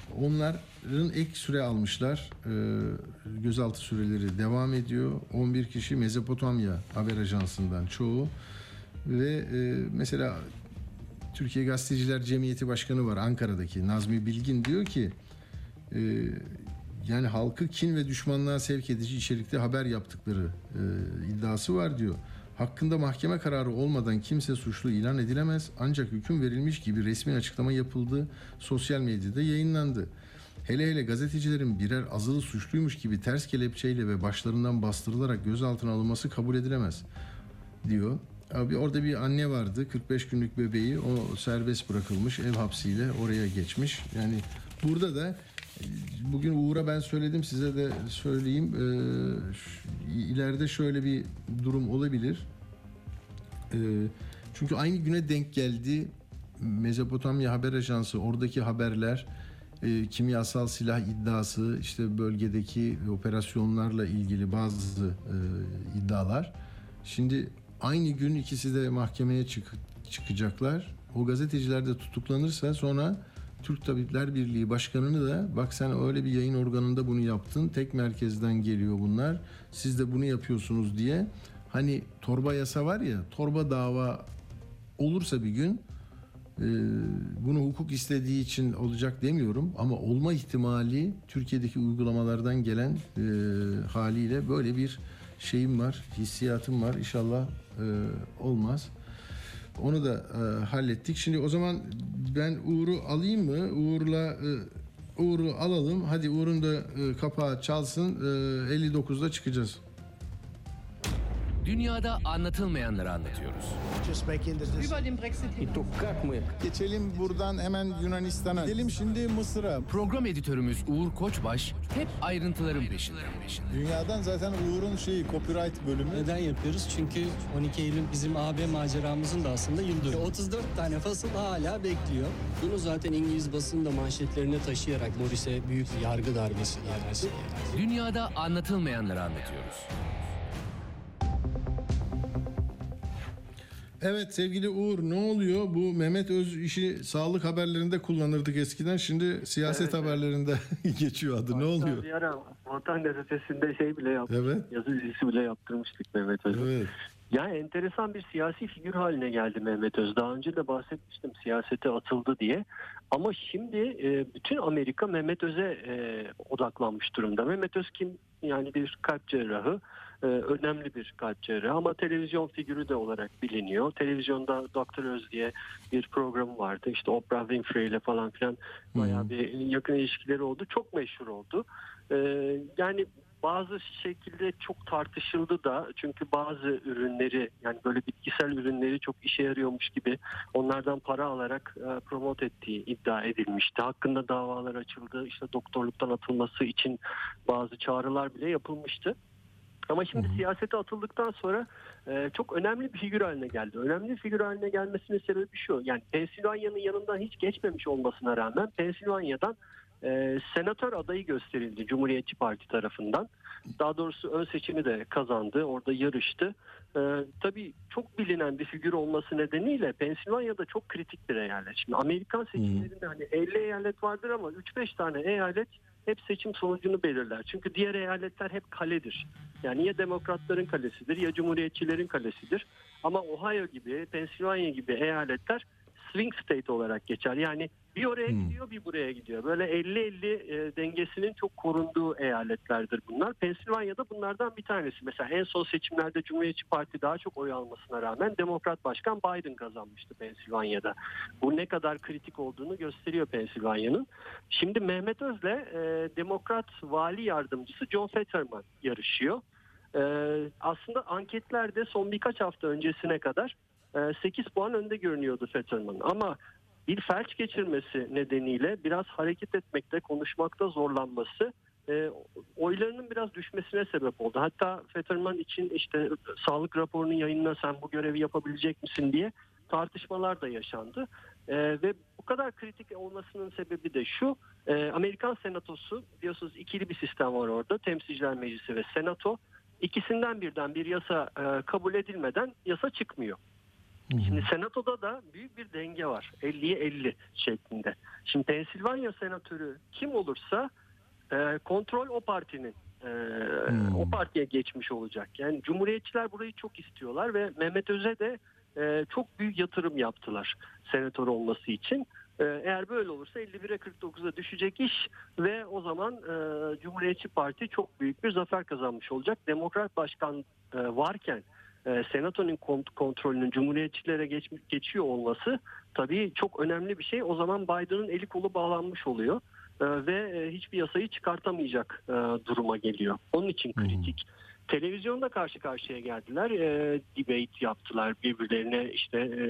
Onların ek süre almışlar. Ee, gözaltı süreleri devam ediyor. on bir kişi Mezopotamya Haber Ajansı'ndan çoğu. Ve e, mesela Türkiye Gazeteciler Cemiyeti Başkanı var Ankara'daki Nazmi Bilgin, diyor ki e, yani halkı kin ve düşmanlığa sevk edici içerikte haber yaptıkları e, iddiası var diyor. Hakkında mahkeme kararı olmadan kimse suçlu ilan edilemez, ancak hüküm verilmiş gibi resmi açıklama yapıldı, sosyal medyada yayınlandı. Hele hele gazetecilerin birer azılı suçluymuş gibi ters kelepçeyle ve başlarından bastırılarak gözaltına alınması kabul edilemez diyor. Abi orada bir anne vardı, kırk beş günlük bebeği, o serbest bırakılmış, ev hapsiyle oraya geçmiş. Yani burada da bugün Uğur'a ben söyledim, size de söyleyeyim. Ee, ileride şöyle bir durum olabilir. Ee, çünkü aynı güne denk geldi. Mezopotamya Haber Ajansı, oradaki haberler, e, kimyasal silah iddiası, işte bölgedeki operasyonlarla ilgili bazı e, iddialar. Şimdi aynı gün ikisi de mahkemeye çık- çıkacaklar. O gazeteciler de tutuklanırsa sonra Türk Tabipler Birliği Başkanı'nı da bak sen öyle bir yayın organında bunu yaptın, tek merkezden geliyor bunlar, siz de bunu yapıyorsunuz diye, hani torba yasa var ya, torba dava olursa bir gün e, bunu hukuk istediği için olacak demiyorum ama olma ihtimali Türkiye'deki uygulamalardan gelen e, haliyle böyle bir şeyim var, hissiyatım var. İnşallah e, olmaz. Onu da e, hallettik. Şimdi o zaman ben Uğur'u alayım mı? Uğur'la e, Uğur'u alalım. Hadi Uğur'un da e, kapağı çalsın. E, elli dokuzda çıkacağız. Dünyada anlatılmayanları anlatıyoruz. Geçelim buradan hemen Yunanistan'a. Gidelim şimdi Mısır'a. Program editörümüz Uğur Koçbaş hep ayrıntıların peşinde. Dünyadan zaten Uğur'un şeyi copyright bölümü. Neden yapıyoruz? Çünkü on iki Eylül bizim A B maceramızın da aslında yıl dönümü. otuz dört tane fasıl hala bekliyor. Bunu zaten İngiliz basında manşetlerine taşıyarak Morris'e büyük bir yargı darbesi gelmesi. Dünyada anlatılmayanları anlatıyoruz. Evet sevgili Uğur, ne oluyor? Bu Mehmet Öz işi sağlık haberlerinde kullanırdık eskiden. Şimdi siyaset Evet. haberlerinde geçiyor adı. Ne oluyor? Bir ara Vatan Gazetesi'nde şey bile yaptık. Evet. Yazı dizisi bile yaptırmıştık Mehmet Öz'ü. Evet. Yani enteresan bir siyasi figür haline geldi Mehmet Öz. Daha önce de bahsetmiştim siyasete atıldı diye. Ama şimdi e, bütün Amerika Mehmet Öz'e e, odaklanmış durumda. Mehmet Öz kim? Yani bir kalp cerrahı. e, önemli bir kalp cerrahı ama televizyon figürü de olarak biliniyor. Televizyonda Doktor Öz diye bir programı vardı. İşte Oprah Winfrey ile falan filan bayağı bir yakın ilişkileri oldu. Çok meşhur oldu. E, yani bazı şekilde çok tartışıldı da çünkü bazı ürünleri yani böyle bitkisel ürünleri çok işe yarıyormuş gibi onlardan para alarak e, promote ettiği iddia edilmişti. Hakkında davalar açıldı. İşte doktorluktan atılması için bazı çağrılar bile yapılmıştı. Ama şimdi Hı-hı. siyasete atıldıktan sonra e, çok önemli bir figür haline geldi. Önemli bir figür haline gelmesinin sebebi şu. Yani Pensilvanya'nın yanından hiç geçmemiş olmasına rağmen Pensilvanya'dan e, senatör adayı gösterildi Cumhuriyetçi Parti tarafından. Daha doğrusu ön seçimi de kazandı. Orada yarıştı. E, tabii çok bilinen bir figür olması nedeniyle Pensilvanya'da çok kritik bir eyalet. Şimdi Amerikan seçimlerinde hani elli eyalet vardır ama üç beş tane eyalet hep seçim sonucunu belirler. Çünkü diğer eyaletler hep kaledir. Yani ya demokratların kalesidir ya cumhuriyetçilerin kalesidir. Ama Ohio gibi, Pensilvanya gibi eyaletler swing state olarak geçer. Yani bir oraya hmm. gidiyor bir buraya gidiyor. Böyle elli elli e, dengesinin çok korunduğu eyaletlerdir bunlar. Pensilvanya'da bunlardan bir tanesi. Mesela en son seçimlerde Cumhuriyetçi Parti daha çok oy almasına rağmen Demokrat Başkan Biden kazanmıştı Pensilvanya'da. Bu ne kadar kritik olduğunu gösteriyor Pensilvanya'nın. Şimdi Mehmet Öz'le e, Demokrat Vali Yardımcısı John Fetterman yarışıyor. E, aslında anketlerde son birkaç hafta öncesine kadar sekiz puan önde görünüyordu Fetterman ama bir felç geçirmesi nedeniyle biraz hareket etmekte, konuşmakta zorlanması e, oylarının biraz düşmesine sebep oldu. Hatta Fetterman için işte sağlık raporunu yayınla sen bu görevi yapabilecek misin diye tartışmalar da yaşandı. E, ve bu kadar kritik olmasının sebebi de şu, e, Amerikan Senatosu biliyorsunuz ikili bir sistem var orada, Temsilciler Meclisi ve Senato. İkisinden birden bir yasa e, kabul edilmeden yasa çıkmıyor. Şimdi Senato'da da büyük bir denge var. elliye elli şeklinde. Şimdi Pensilvanya senatörü kim olursa e, kontrol o partinin e, hmm. o partiye geçmiş olacak. Yani Cumhuriyetçiler burayı çok istiyorlar ve Mehmet Öz'e de e, çok büyük yatırım yaptılar senatör olması için. E, eğer böyle olursa elli bire kırk dokuza düşecek iş ve o zaman e, Cumhuriyetçi Parti çok büyük bir zafer kazanmış olacak. Demokrat başkan e, varken Senato'nun kontrolünün Cumhuriyetçilere geç, geçiyor olması tabii çok önemli bir şey. O zaman Biden'ın eli kolu bağlanmış oluyor ve hiçbir yasayı çıkartamayacak duruma geliyor. Onun için kritik. Hmm. Televizyonda karşı karşıya geldiler. E, debate yaptılar. Birbirlerine işte e,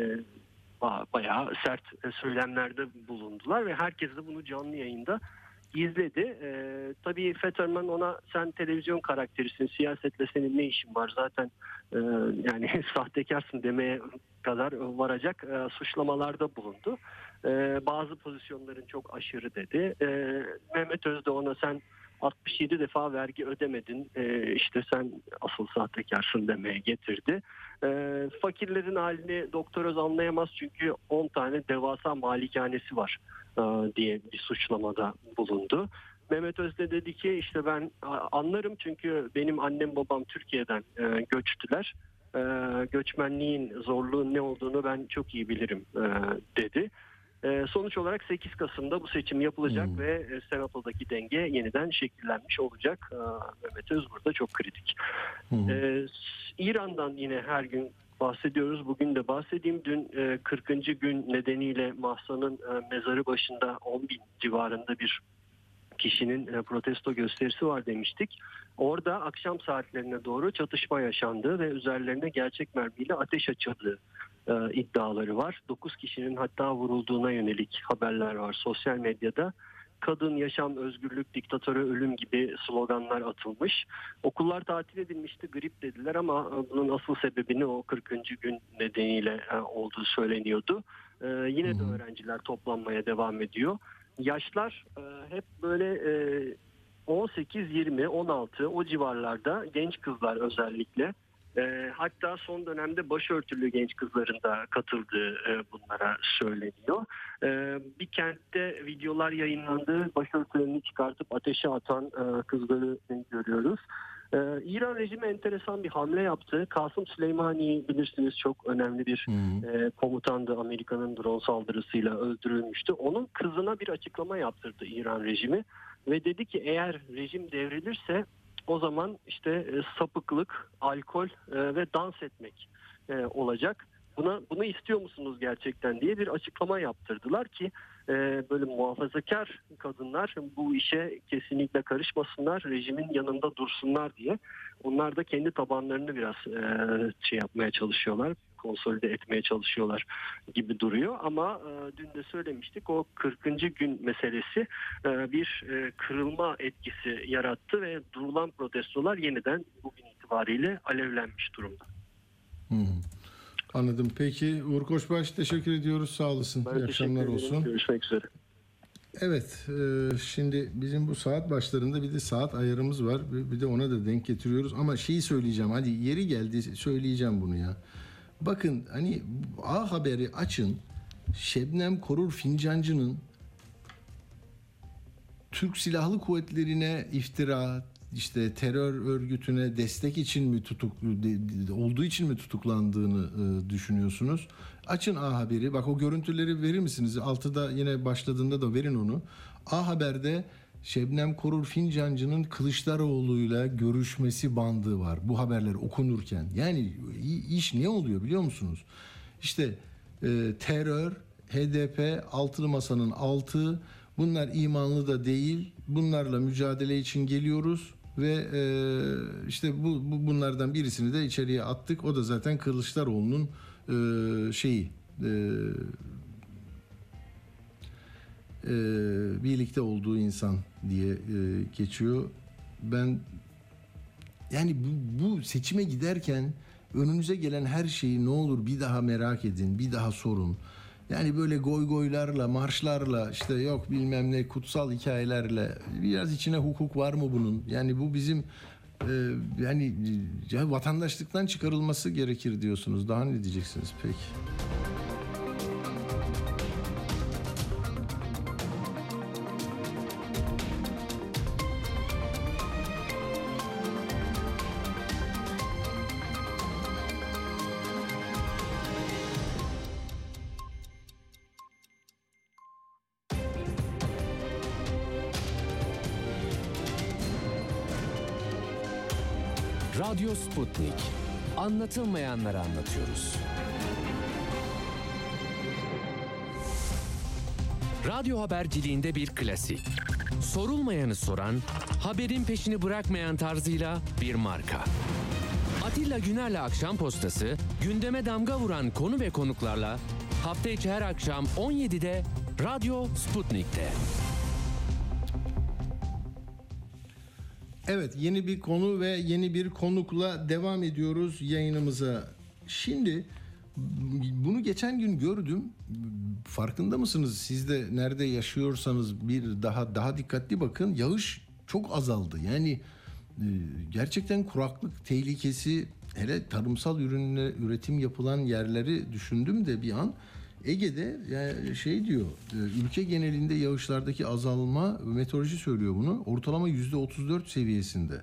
bayağı sert söylemlerde bulundular ve herkes de bunu canlı yayında izledi. Ee, tabii Fetterman ona sen televizyon karakterisin, siyasetle senin ne işin var zaten e, yani sahtekarsın demeye kadar varacak e, suçlamalarda bulundu. E, bazı pozisyonların çok aşırı dedi. E, Mehmet Öz de ona sen altmış yedi defa vergi ödemedin, e, işte sen asıl sahtekarsın demeye getirdi. E, fakirlerin halini Doktor Öz anlayamaz çünkü on tane devasa malikanesi var e, diye bir suçlamada bulundu. Mehmet Öz de dedi ki işte ben anlarım çünkü benim annem babam Türkiye'den e, göçtüler. E, göçmenliğin zorluğun ne olduğunu ben çok iyi bilirim e, dedi. Ee, sonuç olarak sekiz Kasım'da bu seçim yapılacak hmm. ve e, Senato'daki denge yeniden şekillenmiş olacak. Ee, Mehmet Öz burada çok kritik. Hmm. Ee, İran'dan yine her gün bahsediyoruz. Bugün de bahsedeyim. Dün e, kırkıncı gün nedeniyle Mahsa'nın e, mezarı başında on bin civarında bir kişinin e, protesto gösterisi var demiştik. Orada akşam saatlerine doğru çatışma yaşandı ve üzerlerine gerçek mermiyle ateş açıldığı e, iddiaları var. dokuz kişinin hatta vurulduğuna yönelik haberler var sosyal medyada. Kadın, yaşam, özgürlük, diktatöre ölüm gibi sloganlar atılmış. Okullar tatil edilmişti, grip dediler ama bunun asıl sebebini o kırkıncı gün nedeniyle e, olduğu söyleniyordu. E, yine de öğrenciler toplanmaya devam ediyor. Yaşlar e, hep böyle e, on sekiz, yirmi, on altı o civarlarda genç kızlar özellikle. E, hatta son dönemde başörtülü genç kızların da katıldığı e, bunlara söyleniyor. E, bir kentte videolar yayınlandı. Başörtülerini çıkartıp ateşe atan e, kızları görüyoruz. Ee, İran rejimi enteresan bir hamle yaptı. Kasım Süleymani'yi bilirsiniz, çok önemli bir hmm. e, komutandı. Amerika'nın drone saldırısıyla öldürülmüştü. Onun kızına bir açıklama yaptırdı İran rejimi ve dedi ki eğer rejim devrilirse o zaman işte e, sapıklık, alkol e, ve dans etmek e, olacak. Buna bunu istiyor musunuz gerçekten diye bir açıklama yaptırdılar ki e, böyle muhafazakar kadınlar bu işe kesinlikle karışmasınlar, rejimin yanında dursunlar diye. Onlar da kendi tabanlarını biraz e, şey yapmaya çalışıyorlar, konsolide etmeye çalışıyorlar gibi duruyor. Ama e, dün de söylemiştik, o kırkıncı gün meselesi e, bir e, kırılma etkisi yarattı ve durulan protestolar yeniden bugün itibariyle alevlenmiş durumda. Hmm. Anladım. Peki Uğur Koçbaş, teşekkür ediyoruz. Sağ olasın. Ben İyi akşamlar olsun. Görüşmek üzere. Evet, e, şimdi bizim bu saat başlarında bir de saat ayarımız var. Bir, bir de ona da denk getiriyoruz. Ama şeyi söyleyeceğim. Hadi yeri geldi söyleyeceğim bunu ya. Bakın hani A Haber'i açın. Şebnem Korur Fincancı'nın Türk Silahlı Kuvvetleri'ne iftira, işte terör örgütüne destek için mi tutuk olduğu için mi tutuklandığını e, düşünüyorsunuz? Açın A Haber'i. Bak o görüntüleri verir misiniz? Altıda yine başladığında da verin onu. A Haber'de Şebnem Korur Fincancı'nın Kılıçdaroğlu'yla görüşmesi bandı var. Bu haberler okunurken. Yani iş ne oluyor biliyor musunuz? İşte e, terör, H D P, altılı masanın altı, bunlar imanlı da değil. Bunlarla mücadele için geliyoruz ve e, işte bu, bu bunlardan birisini de içeriye attık. O da zaten Kılıçdaroğlu'nun e, şeyi e, e, birlikte olduğu insan diye e, geçiyor. Ben yani bu, bu seçime giderken önünüze gelen her şeyi ne olur bir daha merak edin, bir daha sorun. Yani böyle goy goylarla, marşlarla, işte yok bilmem ne kutsal hikayelerle biraz içine hukuk var mı bunun? Yani bu bizim e, yani ya vatandaşlıktan çıkarılması gerekir diyorsunuz. Daha ne diyeceksiniz peki? Radyo Sputnik. Anlatılmayanları anlatıyoruz. Radyo haberciliğinde bir klasik. Sorulmayanı soran, haberin peşini bırakmayan tarzıyla bir marka. Atilla Güner'le Akşam Postası, gündeme damga vuran konu ve konuklarla hafta içi her akşam on yedide Radyo Sputnik'te. Evet, yeni bir konu ve yeni bir konukla devam ediyoruz yayınımıza. Şimdi bunu geçen gün gördüm. Farkında mısınız? Siz de nerede yaşıyorsanız bir daha daha dikkatli bakın. Yağış çok azaldı. Yani gerçekten kuraklık tehlikesi, hele tarımsal ürünle üretim yapılan yerleri düşündüm de bir an. Ege'de yani şey diyor, ülke genelinde yağışlardaki azalma, meteoroloji söylüyor bunu, ortalama yüzde otuz dört seviyesinde.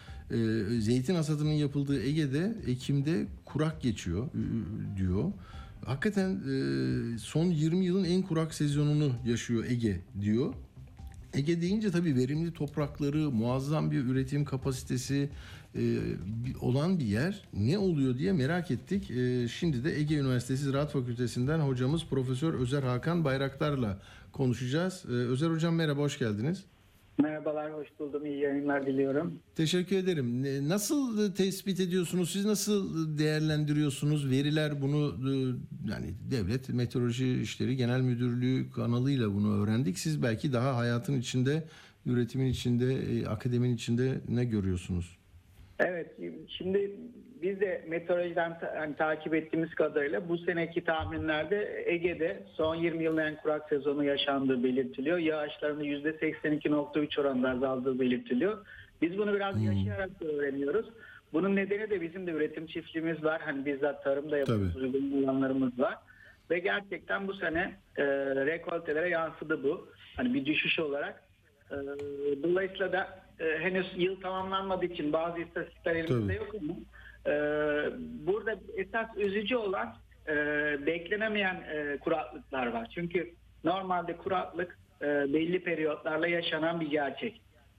Zeytin hasadının yapıldığı Ege'de Ekim'de kurak geçiyor diyor. Hakikaten son yirmi yılın en kurak sezonunu yaşıyor Ege diyor. Ege deyince tabii verimli toprakları, muazzam bir üretim kapasitesi e, olan bir yer. Ne oluyor diye merak ettik. E, şimdi de Ege Üniversitesi Ziraat Fakültesinden hocamız Profesör Özer Hakan Bayraktar'la konuşacağız. E, Özer Hocam merhaba, hoş geldiniz. Merhabalar, hoş buldum. İyi yayınlar diliyorum. Teşekkür ederim. Nasıl tespit ediyorsunuz? Siz nasıl değerlendiriyorsunuz? Veriler bunu, yani Devlet Meteoroloji İşleri Genel Müdürlüğü kanalıyla bunu öğrendik. Siz belki daha hayatın içinde, üretimin içinde, akademinin içinde ne görüyorsunuz? Evet, şimdi biz de meteorolojiden yani, takip ettiğimiz kadarıyla bu seneki tahminlerde Ege'de son yirmi yılın en kurak sezonu yaşandığı belirtiliyor. Yağışlarının yüzde seksen iki nokta üç oranında azaldığı belirtiliyor. Biz bunu biraz hmm. yaşayarak öğreniyoruz. Bunun nedeni de bizim de üretim çiftliğimiz var. Hani bizzat tarımda yaptığımız uygun alanlarımız var. Ve gerçekten bu sene e, rekoltelere yansıdı bu. Hani bir düşüş olarak. E, dolayısıyla da e, henüz yıl tamamlanmadığı için bazı istatistikler elimizde yok ama e, burada esas üzücü olan e, beklenemeyen e, kuraklıklar var. Çünkü normalde kuraklık e, belli periyotlarla yaşanan bir gerçek.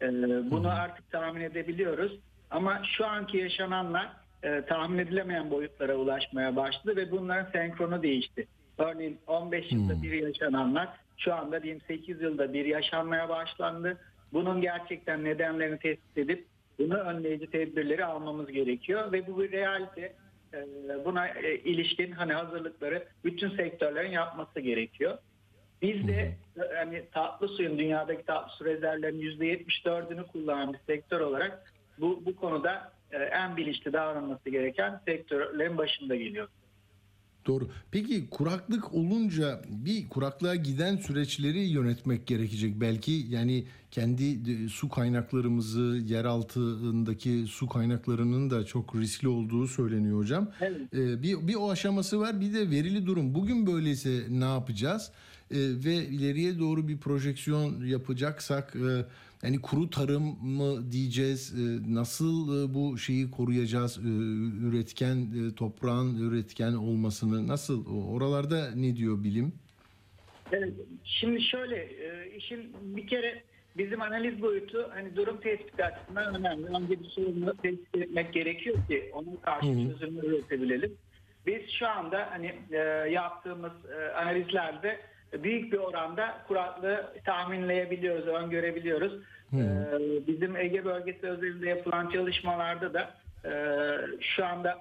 E, bunu artık tahmin edebiliyoruz. Ama şu anki yaşananlar e, tahmin edilemeyen boyutlara ulaşmaya başladı ve bunların senkronu değişti. Örneğin on beş yılda bir yaşananlar şu anda yirmi sekiz yılda bir yaşanmaya başlandı. Bunun gerçekten nedenlerini tespit edip bunu önleyici tedbirleri almamız gerekiyor ve bu bir realite. E, buna e, ilişkin hani hazırlıkları bütün sektörlerin yapması gerekiyor. Biz de hani tatlı suyun dünyadaki tatlı su rezervlerinin yüzde yetmiş dördünü kullanan bir sektör olarak bu bu konuda e, en bilinçli davranması gereken sektörlerin başında geliyor. Doğru. Peki kuraklık olunca bir kuraklığa giden süreçleri yönetmek gerekecek belki. Yani kendi su kaynaklarımızı, yer altındaki su kaynaklarının da çok riskli olduğu söyleniyor hocam. Evet. Ee, bir, bir o aşaması var, bir de verili durum. Bugün böyleyse ne yapacağız? Ee, ve ileriye doğru bir projeksiyon yapacaksak e, yani kuru tarım mı diyeceğiz? E, nasıl e, bu şeyi koruyacağız? E, üretken e, toprağın üretken olmasını nasıl? Oralarda ne diyor bilim? Evet, şimdi şöyle e, işin bir kere bizim analiz boyutu hani durum tespiti açısından önemli. Önce bir sorunu tespit etmek gerekiyor ki onun karşı çözümünü üretebilelim. Biz şu anda hani e, yaptığımız e, analizlerde büyük bir oranda kuraklığı tahminleyebiliyoruz, öngörebiliyoruz. Hmm. Ee, bizim Ege bölgesi özelinde yapılan çalışmalarda da e, şu anda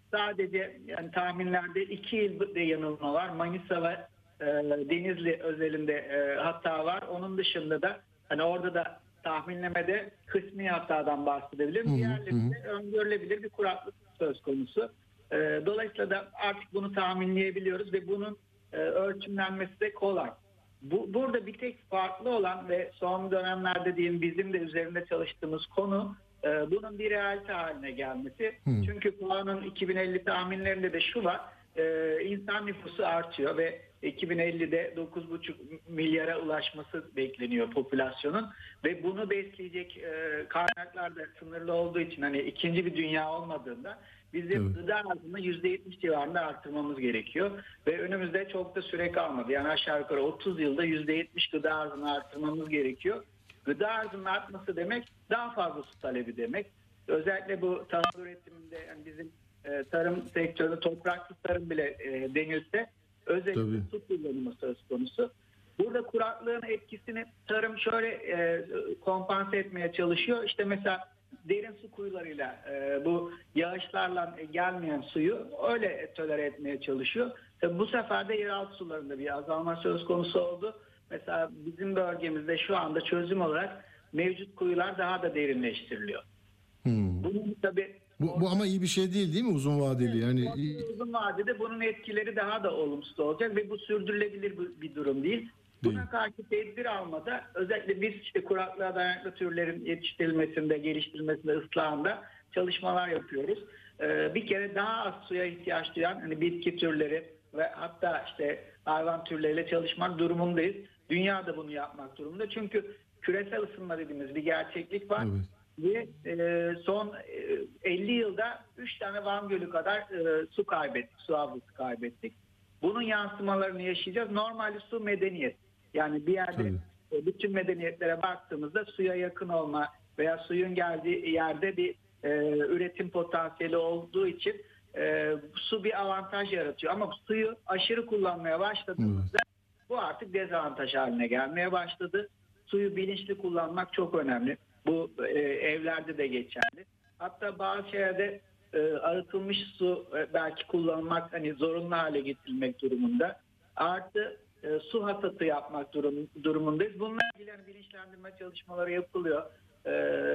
sadece yani tahminlerde iki ilde yanılma var. Manisa ve e, Denizli özelinde e, hata var. Onun dışında da hani orada da tahminlemede kısmi hatadan bahsedebilirim. Hmm. Diğerlerinde öngörülebilir bir kuraklık söz konusu. E, dolayısıyla da artık bunu tahminleyebiliyoruz ve bunun e, ölçümlenmesi de kolay. Bu, burada bir tek farklı olan ve son dönemlerde diyeyim bizim de üzerinde çalıştığımız konu e, bunun bir realite haline gelmesi. Hmm. Çünkü Puan'ın iki bin elli tahminlerinde de şu var, e, insan nüfusu artıyor ve iki bin ellide dokuz buçuk milyara ulaşması bekleniyor popülasyonun ve bunu besleyecek e, kaynaklar da sınırlı olduğu için hani ikinci bir dünya olmadığında bizim evet. gıda arzını yüzde yetmiş civarında arttırmamız gerekiyor. Ve önümüzde çok da süre kalmadı. Yani aşağı yukarı otuz yılda yüzde yetmiş gıda arzını arttırmamız gerekiyor. Gıda arzının artması demek daha fazla su talebi demek. Özellikle bu tahıl üretiminde yani bizim e, tarım sektörü topraksız tarım bile e, denilse özellikle Tabii. su kullanımı söz konusu. Burada kuraklığın etkisini tarım şöyle e, kompanse etmeye çalışıyor. İşte mesela derin su kuyularıyla e, bu yağışlarla gelmeyen suyu öyle tolere etmeye çalışıyor. Tabii bu sefer de yeraltı sularında bir azalma söz konusu oldu. Mesela bizim bölgemizde şu anda çözüm olarak mevcut kuyular daha da derinleştiriliyor. Hmm. Bunun tabii bu, bu ama iyi bir şey değil değil mi uzun vadeli? Yani uzun vadede bunun etkileri daha da olumsuz olacak ve bu sürdürülebilir bir durum değil. Buna değil. Karşı tedbir almada özellikle biz işte kuraklığa dayanıklı türlerin yetiştirilmesinde, geliştirilmesinde, ıslahında çalışmalar yapıyoruz. Ee, bir kere daha az suya ihtiyaç duyan hani bitki türleri ve hatta işte hayvan türleriyle çalışmak durumundayız. Dünya da bunu yapmak durumunda. Çünkü küresel ısınma dediğimiz bir gerçeklik var. Evet. Ve e, son e, elli yılda üç tane Van Gölü kadar e, su kaybettik, su havzası kaybettik. Bunun yansımalarını yaşayacağız. Normalde su medeniyet. Yani bir yerde Tabii. bütün medeniyetlere baktığımızda suya yakın olma veya suyun geldiği yerde bir e, üretim potansiyeli olduğu için e, su bir avantaj yaratıyor. Ama suyu aşırı kullanmaya başladığımızda hmm. bu artık dezavantaj haline gelmeye başladı. Suyu bilinçli kullanmak çok önemli. Bu e, evlerde de geçerli. Hatta bazı şeylerde e, arıtılmış su e, belki kullanmak hani zorunlu hale getirilmek durumunda. Artı e, su hasatı yapmak durum, durumundayız. Bununla ilgili yani bilinçlendirme çalışmaları yapılıyor. E,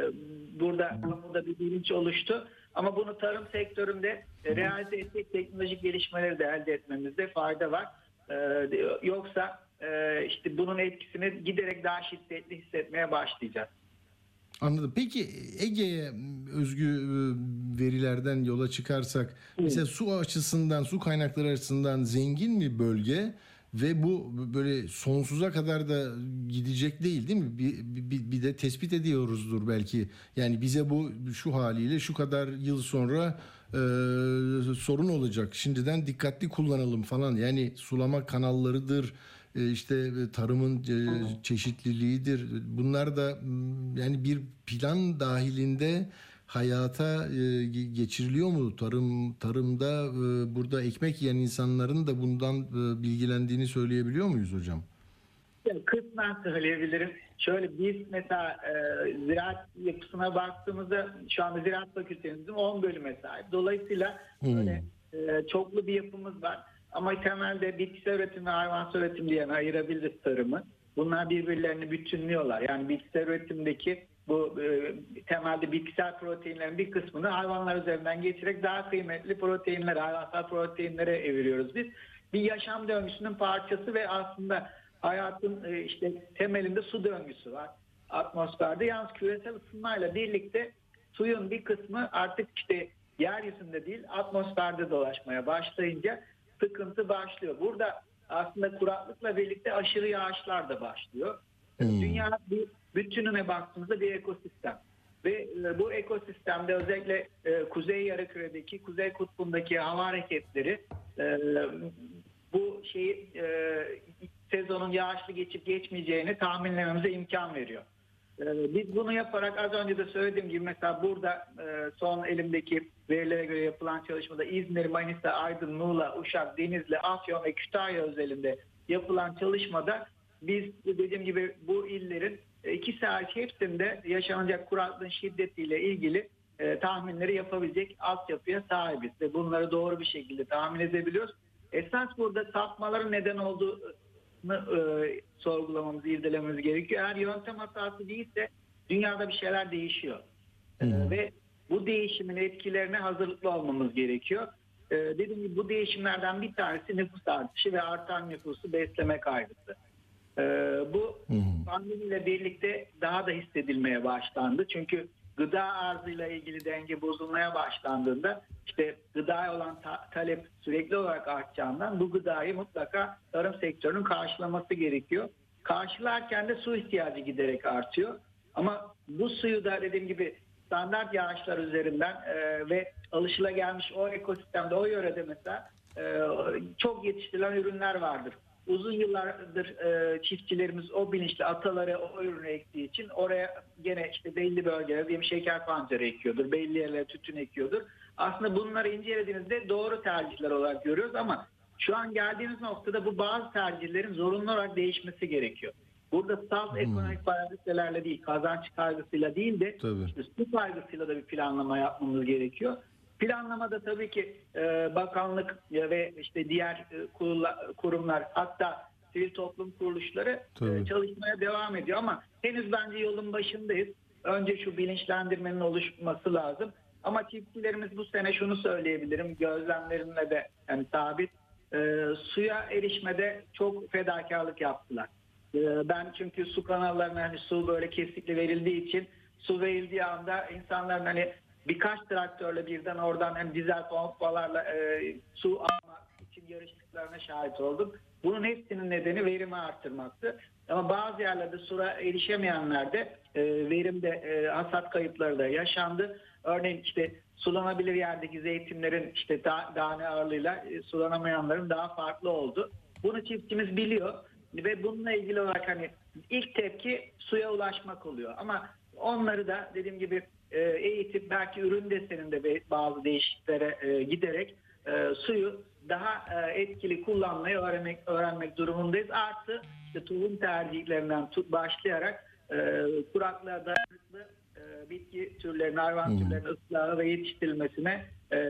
burada burada bir bilinç oluştu. Ama bunu tarım sektöründe e, realize etmek teknolojik gelişmeleri de elde etmemizde fayda var. E, yoksa e, işte bunun etkisini giderek daha şiddetli hissetmeye başlayacağız. Anladım. Peki Ege'ye özgü verilerden yola çıkarsak evet. mesela su açısından, su kaynakları açısından zengin mi bölge ve bu böyle sonsuza kadar da gidecek değil değil mi? Bir, bir, bir de tespit ediyoruzdur belki. Yani bize bu şu haliyle şu kadar yıl sonra e, sorun olacak. Şimdiden dikkatli kullanalım falan. Yani sulama kanallarıdır, e, işte tarımın e, çeşitliliğidir. Bunlar da m, yani bir plan dahilinde hayata e, geçiriliyor mu? Tarım tarımda e, burada ekmek yiyen insanların da bundan e, bilgilendiğini söyleyebiliyor muyuz hocam? Kısmen söyleyebilirim. Şöyle biz mesela e, ziraat yapısına baktığımızda şu anda Ziraat Fakültemizin on bölüme sahip. Dolayısıyla Hmm. böyle e, çoklu bir yapımız var. Ama temelde bitkisel üretim ve hayvansal üretim diye ayırabiliriz tarımı. Bunlar birbirlerini bütünlüyorlar. Yani bitkisel üretimdeki bu e, temelde bitkisel proteinlerin bir kısmını hayvanlar üzerinden geçirerek daha kıymetli proteinlere, hayvansal proteinlere eviriyoruz biz. Bir yaşam döngüsünün parçası ve aslında hayatın e, işte temelinde su döngüsü var atmosferde. Yalnız küresel ısınmayla birlikte suyun bir kısmı artık işte yeryüzünde değil atmosferde dolaşmaya başlayınca sıkıntı başlıyor. Burada aslında kuraklıkla birlikte aşırı yağışlar da başlıyor. Hmm. Dünya bir bütününe baktığımızda bir ekosistem. Ve e, bu ekosistemde özellikle e, Kuzey Yarımküre'deki, Kuzey Kutbu'ndaki hava hareketleri e, bu şeyi e, sezonun yağışlı geçip geçmeyeceğini tahminlememize imkan veriyor. E, biz bunu yaparak az önce de söylediğim gibi mesela burada e, son elimdeki verilere göre yapılan çalışmada İzmir, Manisa, Aydın, Muğla, Uşak, Denizli, Afyon ve Kütahya özelinde yapılan çalışmada biz dediğim gibi bu illerin ikisi hariç hepsinde yaşanacak kuraklığın şiddetiyle ilgili e, tahminleri yapabilecek altyapıya sahibiz ve bunları doğru bir şekilde tahmin edebiliyoruz. Esas burada sapmaların neden olduğunu e, sorgulamamız, irdelememiz gerekiyor. Eğer yöntem hatası değilse dünyada bir şeyler değişiyor. E, ve bu değişimin etkilerine hazırlıklı olmamız gerekiyor. E, dediğim gibi bu değişimlerden bir tanesi nüfus artışı ve artan nüfusu besleme kaygısı. E, bu pandemiyle birlikte daha da hissedilmeye başlandı. Çünkü gıda arzıyla ilgili denge bozulmaya başlandığında işte gıdaya olan ta- talep sürekli olarak artacağından bu gıdayı mutlaka tarım sektörünün karşılaması gerekiyor. Karşılarken de su ihtiyacı giderek artıyor. Ama bu suyu da dediğim gibi standart yağışlar üzerinden e, ve alışılagelmiş o ekosistemde, o yörede mesela e, çok yetiştirilen ürünler vardır. Uzun yıllardır e, çiftçilerimiz o bilinçli ataları o ürünü ektiği için oraya gene işte belli bölgelerde diyelim şeker pancarı ekiyordur, belli yerlere tütün ekiyordur. Aslında bunları incelediğinizde doğru tercihler olarak görüyoruz ama şu an geldiğimiz noktada bu bazı tercihlerin zorunlu olarak değişmesi gerekiyor. Burada salt hmm. ekonomik parametrelerle değil, kazanç kaygısıyla değil de işte su kaygısıyla da bir planlama yapmamız gerekiyor. Planlamada tabii ki e, bakanlık ve işte diğer e, kurula, kurumlar hatta sivil toplum kuruluşları e, çalışmaya devam ediyor ama henüz bence yolun başındayız. Önce şu bilinçlendirmenin oluşması lazım. Ama çiftçilerimiz bu sene şunu söyleyebilirim, gözlemlerimle de yani sabit, e, suya erişmede çok fedakarlık yaptılar. E, ben çünkü su kanallarına hani su böyle kesikli verildiği için su verildiği anda insanların hani birkaç traktörle birden oradan hem dizel pompalarla e, su almak için yarıştıklarına şahit oldum. Bunun hepsinin nedeni verimi arttırmaktı. Ama bazı yerlerde suya erişemeyenlerde e, verimde e, hasat kayıpları da yaşandı. Örneğin işte sulanabilir yerdeki zeytinlerin işte tane ağırlığıyla e, sulanamayanların daha farklı oldu. Bunu çiftçimiz biliyor ve bununla ilgili olarak hani ilk tepki suya ulaşmak oluyor. Ama onları da dediğim gibi eğitip belki ürün deseninde bazı değişikliklere giderek suyu daha etkili kullanmayı öğrenmek öğrenmek durumundayız. Artı işte tohum tercihlerinden tut başlayarak kuraklığa dayanıklı bitki türlerinin, hayvan hmm. türlerinin ıslahı ve yetiştirilmesine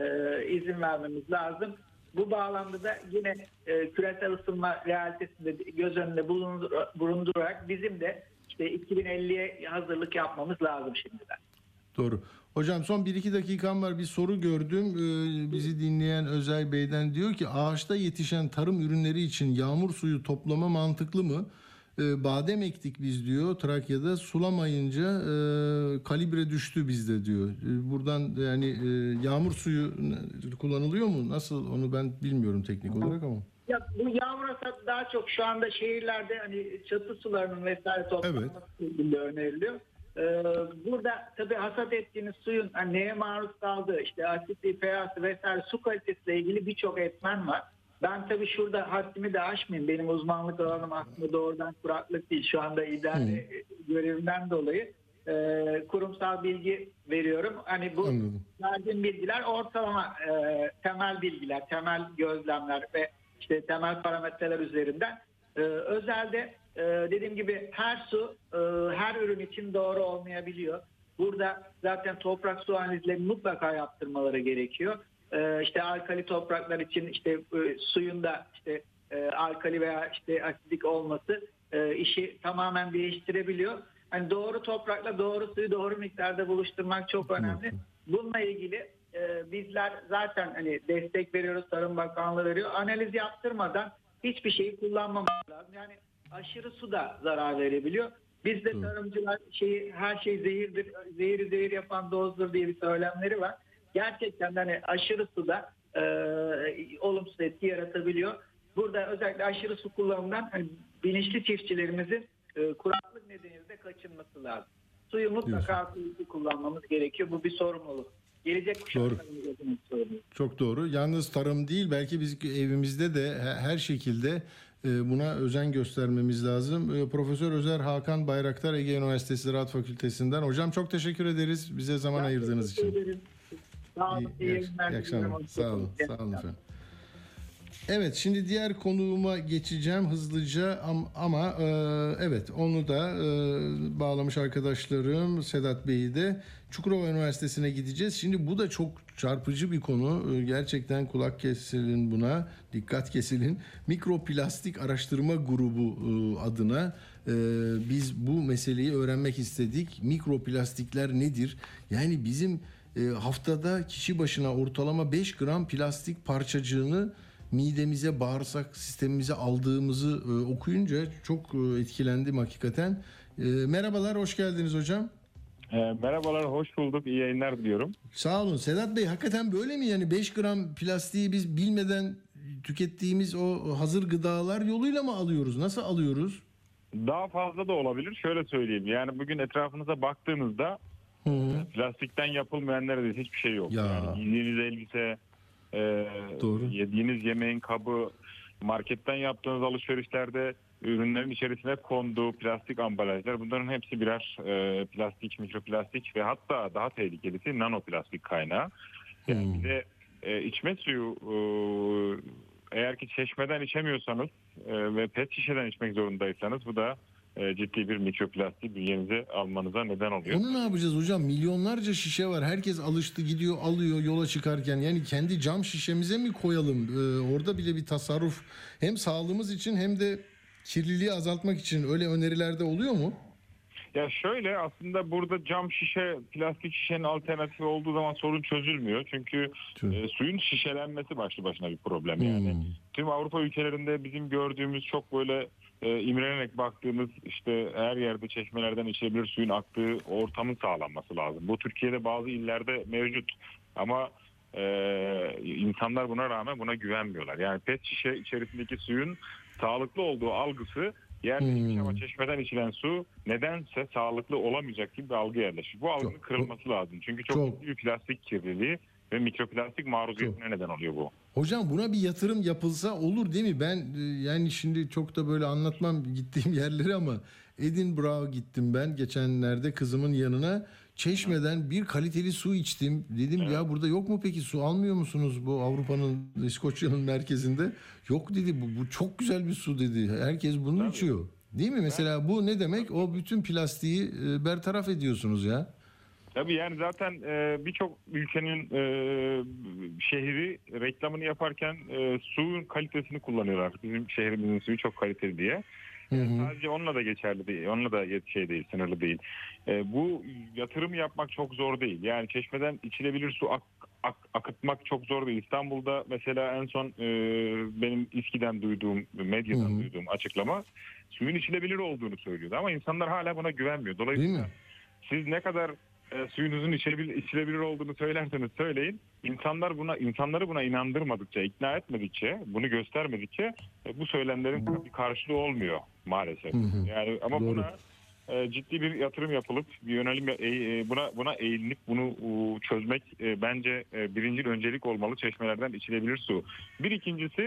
izin vermemiz lazım. Bu bağlamda da yine küresel ısınma realitesinde göz önünde bulundurarak bizim de işte iki bin elliye hazırlık yapmamız lazım şimdiden. Doğru. Hocam son bir iki dakikam var. Bir soru gördüm. Ee, bizi dinleyen Özay Bey'den diyor ki ağaçta yetişen tarım ürünleri için yağmur suyu toplama mantıklı mı? Ee, badem ektik biz diyor Trakya'da. Sulamayınca e, kalibre düştü bizde diyor. Ee, buradan yani e, yağmur suyu kullanılıyor mu? Nasıl onu ben bilmiyorum teknik olarak ama. Ya bu yağmur hasatı daha çok şu anda şehirlerde hani çatı sularının vesaire toplanması şeklinde öneriliyor. Ee, burada tabii hasat ettiğiniz suyun hani neye maruz kaldığı, işte asitli, pH'si vesaire su kalitesiyle ilgili birçok etmen var. ben tabii şurada haddimi de aşmayayım. Benim uzmanlık alanım aslında doğrudan kuraklık değil. Şu anda idare görevimden dolayı e, kurumsal bilgi veriyorum. Hani bu Anladım. verdiğim bilgiler ortalama e, temel bilgiler, temel gözlemler ve işte temel parametreler üzerinden. E, özelde e, dediğim gibi her su e, her ürün için doğru olmayabiliyor. Burada zaten toprak su analizlerini mutlaka yaptırmaları gerekiyor. Ee, işte alkali topraklar için işte e, suyun da işte e, alkali veya işte asidik olması e, işi tamamen değiştirebiliyor. Hani doğru toprakla doğru suyu doğru miktarda buluşturmak çok önemli. Bununla ilgili e, bizler zaten hani destek veriyoruz, Tarım Bakanlığı veriyor. Analiz yaptırmadan hiçbir şeyi kullanmamak lazım. Yani aşırı su da zarar verebiliyor. Bizde tarımcılar şeyi her şey zehirdir, zehiri zehir yapan dozdur diye bir söylemleri var. Gerçekten hani aşırı su da e, olumsuz etki yaratabiliyor. Burada özellikle aşırı su kullanımından hani bilinçli çiftçilerimizin e, kuraklık nedeniyle de kaçınması lazım. Suyu mutlaka akıllı kullanmamız gerekiyor. Bu bir sorumluluk. Gelecek kuşakların gözünün sorumluluğu. Çok doğru. Yalnız tarım değil, belki biz evimizde de her şekilde buna özen göstermemiz lazım. Profesör Özer Hakan Bayraktar, Ege Üniversitesi Ziraat Fakültesinden. Hocam çok teşekkür ederiz bize zaman ben ayırdığınız için. Ederim. Sağ olun. İyi, iyi, iyi akşamlar. Sağ olun. Sağ olun efendim. Evet, şimdi diğer konuğuma geçeceğim hızlıca ama e, evet onu da e, bağlamış arkadaşlarım Sedat Bey'i de. Çukurova Üniversitesi'ne gideceğiz. Şimdi bu da çok çarpıcı bir konu. E, gerçekten kulak kesilin buna, dikkat kesilin. Mikroplastik Araştırma Grubu e, adına e, biz bu meseleyi öğrenmek istedik. Mikroplastikler nedir? Yani bizim e, haftada kişi başına ortalama beş gram plastik parçacığını midemize, bağırsak sistemimize aldığımızı e, okuyunca çok e, etkilendim hakikaten. E, merhabalar, hoş geldiniz hocam. E, merhabalar, hoş bulduk. İyi yayınlar diliyorum. Sağ olun. Sedat Bey, hakikaten böyle mi? Yani beş gram plastiği biz bilmeden tükettiğimiz o hazır gıdalar yoluyla mı alıyoruz? Nasıl alıyoruz? Daha fazla da olabilir. Şöyle söyleyeyim. Yani bugün etrafınıza baktığınızda Hı-hı. plastikten yapılmayan neredeyse hiçbir şey yok. Ya. Yani giydiğiniz elbise, Ee, Doğru. yediğiniz yemeğin kabı, marketten yaptığınız alışverişlerde ürünlerin içerisine konduğu plastik ambalajlar, bunların hepsi birer e, plastik, mikroplastik ve hatta daha tehlikelisi nanoplastik kaynağı. Yani hmm. bir de e, içme suyu e, eğer ki çeşmeden içemiyorsanız e, ve pet şişeden içmek zorundaysanız bu da ciddi bir mikroplastik bünyenize almanıza neden oluyor. Onu ne yapacağız hocam? Milyonlarca şişe var. Herkes alıştı, gidiyor, alıyor yola çıkarken. Yani kendi cam şişemize mi koyalım? Ee, orada bile bir tasarruf hem sağlığımız için hem de kirliliği azaltmak için öyle önerilerde oluyor mu? Ya şöyle, aslında burada cam şişe, plastik şişenin alternatifi olduğu zaman sorun çözülmüyor. Çünkü e, suyun şişelenmesi başlı başına bir problem yani. Hmm. Tüm Avrupa ülkelerinde bizim gördüğümüz çok böyle e, imrenerek baktığımız işte her yerde çeşmelerden içilebilir suyun aktığı ortamın sağlanması lazım. Bu Türkiye'de bazı illerde mevcut ama e, insanlar buna rağmen buna güvenmiyorlar. Yani pet şişe içerisindeki suyun sağlıklı olduğu algısı yerleşmiş hmm. ama çeşmeden içilen su nedense sağlıklı olamayacak gibi bir algı yerleşir. Bu algının çok, kırılması çok, lazım. Çünkü çok, çok ciddi bir plastik kirliliği ve mikroplastik maruziyetine neden oluyor bu. Hocam buna bir yatırım yapılsa olur değil mi? Ben yani şimdi çok da böyle anlatmam gittiğim yerleri ama Edinburgh'a gittim ben geçenlerde kızımın yanına. Çeşmeden bir kaliteli su içtim. Dedim evet. ya burada yok mu peki, su almıyor musunuz bu Avrupa'nın, İskoçya'nın merkezinde? Yok dedi, bu, bu çok güzel bir su dedi. Herkes bunu Tabii. içiyor. Değil mi? Mesela evet. bu ne demek? O bütün plastiği e, bertaraf ediyorsunuz ya. Tabii yani zaten e, birçok ülkenin e, şehri reklamını yaparken e, suyun kalitesini kullanıyorlar. Bizim şehrimizin suyu çok kaliteli diye. Hı hı. Sadece onunla da geçerli değil. Onunla da şey değil, sınırlı değil. E, bu yatırım yapmak çok zor değil. Yani çeşmeden içilebilir su ak, ak, akıtmak çok zor değil. İstanbul'da mesela en son e, benim İSKİ'den duyduğum, medyadan hı hı. duyduğum açıklama suyun içilebilir olduğunu söylüyordu. Ama insanlar hala buna güvenmiyor. Dolayısıyla siz ne kadar e, suyunuzun içilebilir, içilebilir olduğunu söylerseniz söyleyin. İnsanlar buna, insanları buna inandırmadıkça, ikna etmedikçe, bunu göstermedikçe e, bu söylemlerin bir karşılığı olmuyor maalesef. Hı hı. Yani ama Doğru. buna e, ciddi bir yatırım yapılıp bir yönelim e, buna buna eğilinip bunu e, çözmek e, bence e, birinci öncelik olmalı, çeşmelerden içilebilir su. Bir ikincisi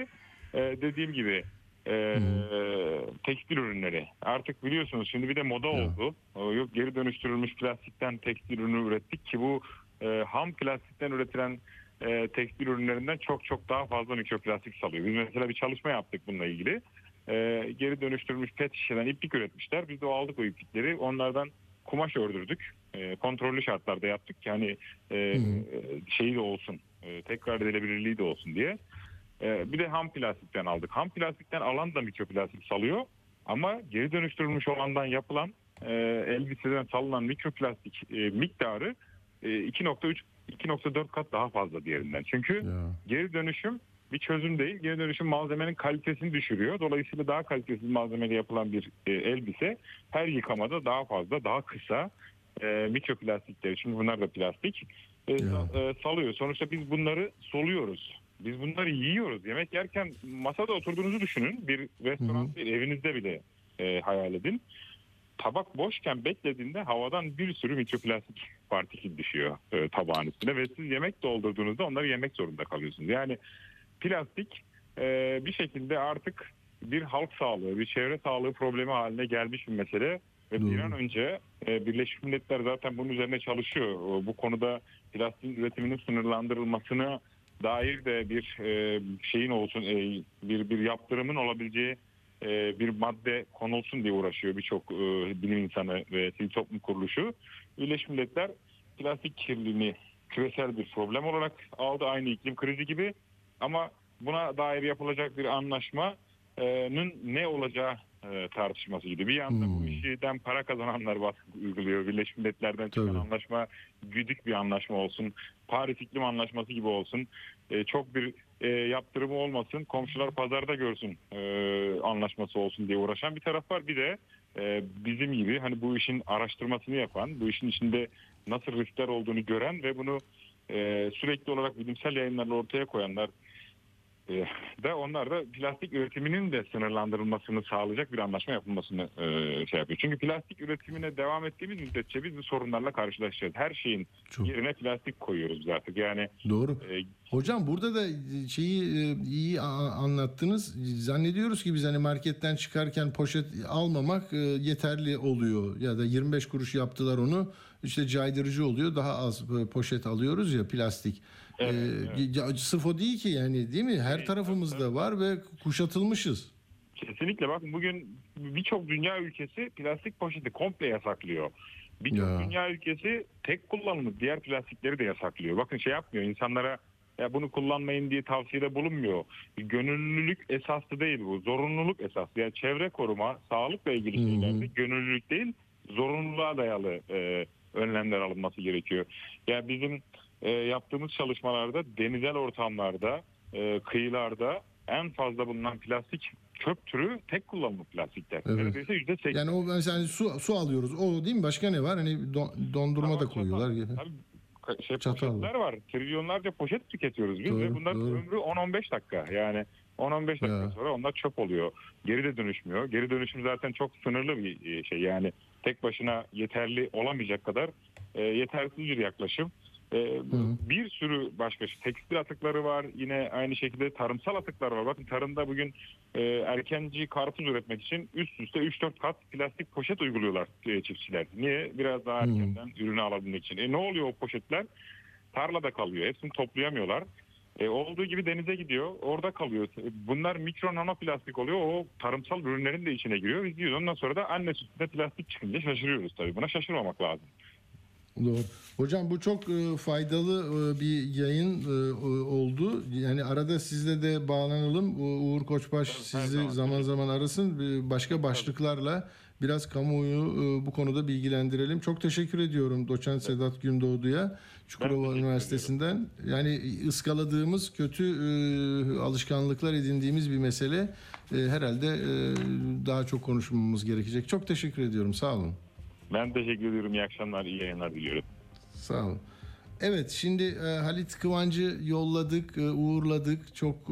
e, dediğim gibi e, tekstil ürünleri. Artık biliyorsunuz şimdi bir de moda oldu. O, yok geri dönüştürülmüş plastikten tekstil ürünü ürettik ki bu e, ham plastikten üretilen e, tekstil ürünlerinden çok çok daha fazla mikroplastik salıyor. Biz mesela bir çalışma yaptık bununla ilgili. E, geri dönüştürülmüş pet şişeden iplik üretmişler. Biz de o aldık o iplikleri. Onlardan kumaş ördürdük. E, kontrollü şartlarda yaptık ki hani e, şeyi de olsun. E, tekrar edilebilirliği de olsun diye. E, bir de ham plastikten aldık. Ham plastikten alan da mikroplastik salıyor. Ama geri dönüştürülmüş olandan yapılan e, elbiseden salınan mikroplastik e, miktarı e, iki nokta üç iki nokta dört kat daha fazla diğerinden. Çünkü ya. Geri dönüşüm bir çözüm değil. Geri dönüşüm malzemenin kalitesini düşürüyor. Dolayısıyla daha kalitesiz malzemeyle yapılan bir e, elbise her yıkamada daha fazla, daha kısa e, mikroplastikleri. Çünkü bunlar da plastik. E, e, salıyor. Sonuçta biz bunları soluyoruz. Biz bunları yiyoruz. Yemek yerken masada oturduğunuzu düşünün. Bir restoran, bir evinizde bile e, hayal edin. Tabak boşken beklediğinde havadan bir sürü mikroplastik partikül düşüyor e, tabağın üstüne ve siz yemek doldurduğunuzda onları yemek zorunda kalıyorsunuz. Yani plastik e, bir şekilde artık bir halk sağlığı, bir çevre sağlığı problemi haline gelmiş bir mesele ve Doğru. bir an önce e, Birleşmiş Milletler zaten bunun üzerine çalışıyor. Bu konuda plastik üretiminin sınırlandırılmasına dair de bir e, şeyin olsun, e, bir bir yaptırımın olabileceği e, bir madde konulsun diye uğraşıyor birçok e, bilim insanı ve sivil toplum kuruluşu. Birleşmiş Milletler plastik kirliliğini küresel bir problem olarak aldı, aynı iklim krizi gibi. Ama buna dair yapılacak bir anlaşmanın ne olacağı e, tartışmasıydı. Bir yanda hmm. bu işten para kazananlar baskı uyguluyor. Birleşmiş Milletler'den çıkan Tabii. anlaşma güdük bir anlaşma olsun. Paris İklim Anlaşması gibi olsun. E, çok bir e, yaptırımı olmasın. Komşular pazarda görsün e, anlaşması olsun diye uğraşan bir taraf var. Bir de e, bizim gibi hani bu işin araştırmasını yapan, bu işin içinde nasıl riskler olduğunu gören ve bunu e, sürekli olarak bilimsel yayınlarla ortaya koyanlar da onlar da plastik üretiminin de sınırlandırılmasını sağlayacak bir anlaşma yapılmasını e, şey yapıyor. Çünkü plastik üretimine devam ettiğimiz müddetçe biz bu sorunlarla karşılaşacağız. Her şeyin Çok. yerine plastik koyuyoruz artık. Yani Doğru. E, Hocam burada da şeyi e, iyi anlattınız. Zannediyoruz ki biz hani marketten çıkarken poşet almamak e, yeterli oluyor. Ya da yirmi beş kuruş yaptılar onu. İşte caydırıcı oluyor. Daha az poşet alıyoruz ya plastik. Evet, ee, evet. Sırf o değil ki yani değil mi? Her evet, tarafımızda evet. var ve kuşatılmışız. Kesinlikle bakın bugün birçok dünya ülkesi plastik poşeti komple yasaklıyor. Birçok dünya ülkesi tek kullanımlık diğer plastikleri de yasaklıyor. Bakın şey yapmıyor insanlara ya bunu kullanmayın diye tavsiyede bulunmuyor. Gönüllülük esaslı değil bu. Zorunluluk esaslı. Yani çevre koruma, sağlıkla ilgili şeylerde gönüllülük değil zorunluluğa dayalı e, önlemler alınması gerekiyor. Yani bizim E, yaptığımız çalışmalarda denizel ortamlarda, e, kıyılarda en fazla bulunan plastik çöp türü tek kullanımlık plastikler. Evet. Neredeyse yüzde seksen. Yani o mesela su su alıyoruz. O değil mi? Başka ne var? Hani don, dondurma tamam, da koyuyorlar gibi. Tabii şey poşetler var. Trilyonlarca poşet tüketiyoruz biz doğru, ve bunların doğru. ömrü on on beş dakika. Yani on on beş dakika ya. sonra onlar çöp oluyor. Geri de dönüşmüyor. Geri dönüşüm zaten çok sınırlı bir şey. Yani tek başına yeterli olamayacak kadar e, yetersiz bir yaklaşım. Ee, bir sürü başka tekstil atıkları var, yine aynı şekilde tarımsal atıklar var. Bakın tarımda bugün e, erkenci karpuz üretmek için üst üste üç dört kat plastik poşet uyguluyorlar e, çiftçiler. Niye? Biraz daha erkenden hmm. ürünü alabilmek için. E, ne oluyor o poşetler? Tarlada kalıyor. Hepsini toplayamıyorlar. E, olduğu gibi denize gidiyor. Orada kalıyor. Bunlar mikro nanoplastik oluyor. O tarımsal ürünlerin de içine giriyor. Biz diyoruz. Ondan sonra da anne sütünde plastik çıkınca şaşırıyoruz tabii. Buna şaşırmamak lazım. Doğru. Hocam bu çok e, faydalı e, bir yayın e, oldu. Yani arada sizle de bağlanalım. Uğur Koçbaş evet, sizi zaman, zaman zaman arasın. E, başka başlıklarla biraz kamuoyu e, bu konuda bilgilendirelim. Çok teşekkür ediyorum Doçent Sedat Gündoğdu'ya Çukurova Üniversitesi'nden. Yani ıskaladığımız kötü e, alışkanlıklar edindiğimiz bir mesele. E, herhalde e, daha çok konuşmamız gerekecek. Çok teşekkür ediyorum. Sağ olun. Ben teşekkür ediyorum. İyi akşamlar, iyi yayınlar diliyorum. Sağ olun. Evet, şimdi e, Halit Kıvancı yolladık, e, uğurladık. Çok e,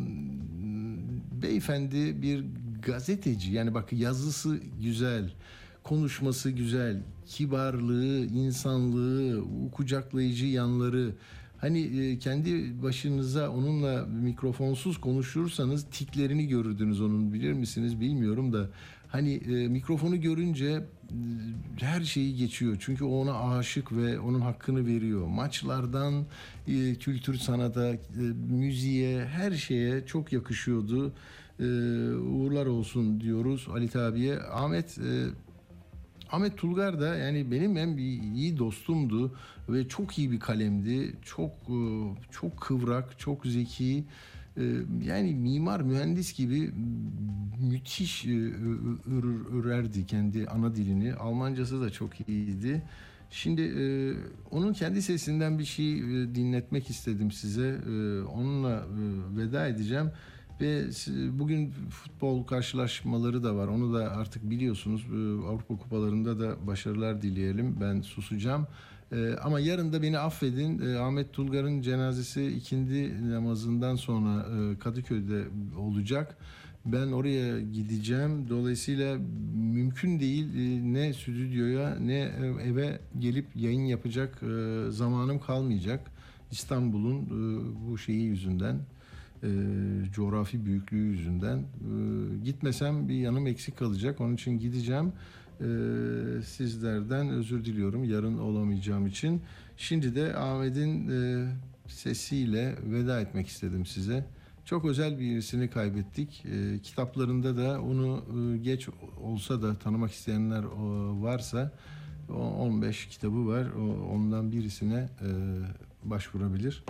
beyefendi bir gazeteci. Yani bak yazısı güzel, konuşması güzel, kibarlığı, insanlığı, kucaklayıcı yanları. Hani e, kendi başınıza onunla mikrofonsuz konuşursanız tiklerini görürdünüz onun, bilir misiniz bilmiyorum da. Hani e, mikrofonu görünce e, her şeyi geçiyor. Çünkü o ona aşık ve onun hakkını veriyor. Maçlardan e, kültür sanata, e, müziğe, her şeye çok yakışıyordu. E, uğurlar olsun diyoruz Halit abiye. Ahmet e, Ahmet Tulgar da yani benim en iyi dostumdu ve çok iyi bir kalemdi. Çok e, çok kıvrak, çok zeki. Yani mimar, mühendis gibi müthiş örerdi kendi ana dilini. Almancası da çok iyiydi. Şimdi onun kendi sesinden bir şey dinletmek istedim size. Onunla veda edeceğim. Ve bugün futbol karşılaşmaları da var. Onu da artık biliyorsunuz. Avrupa Kupalarında da başarılar dileyelim. Ben susacağım. Ee, ama yarın da beni affedin. Ee, Ahmet Tulgar'ın cenazesi ikindi namazından sonra e, Kadıköy'de olacak. Ben oraya gideceğim. Dolayısıyla mümkün değil e, ne stüdyoya ne e, eve gelip yayın yapacak e, zamanım kalmayacak. İstanbul'un e, bu şeyi yüzünden, e, coğrafi büyüklüğü yüzünden e, gitmesem bir yanım eksik kalacak. Onun için gideceğim. Ee, sizlerden özür diliyorum yarın olamayacağım için. Şimdi de Ahmet'in e, sesiyle veda etmek istedim size. Çok özel birisini kaybettik. E, kitaplarında da onu e, geç olsa da tanımak isteyenler o, varsa on beş kitabı var. O, ondan birisine e, başvurabilir.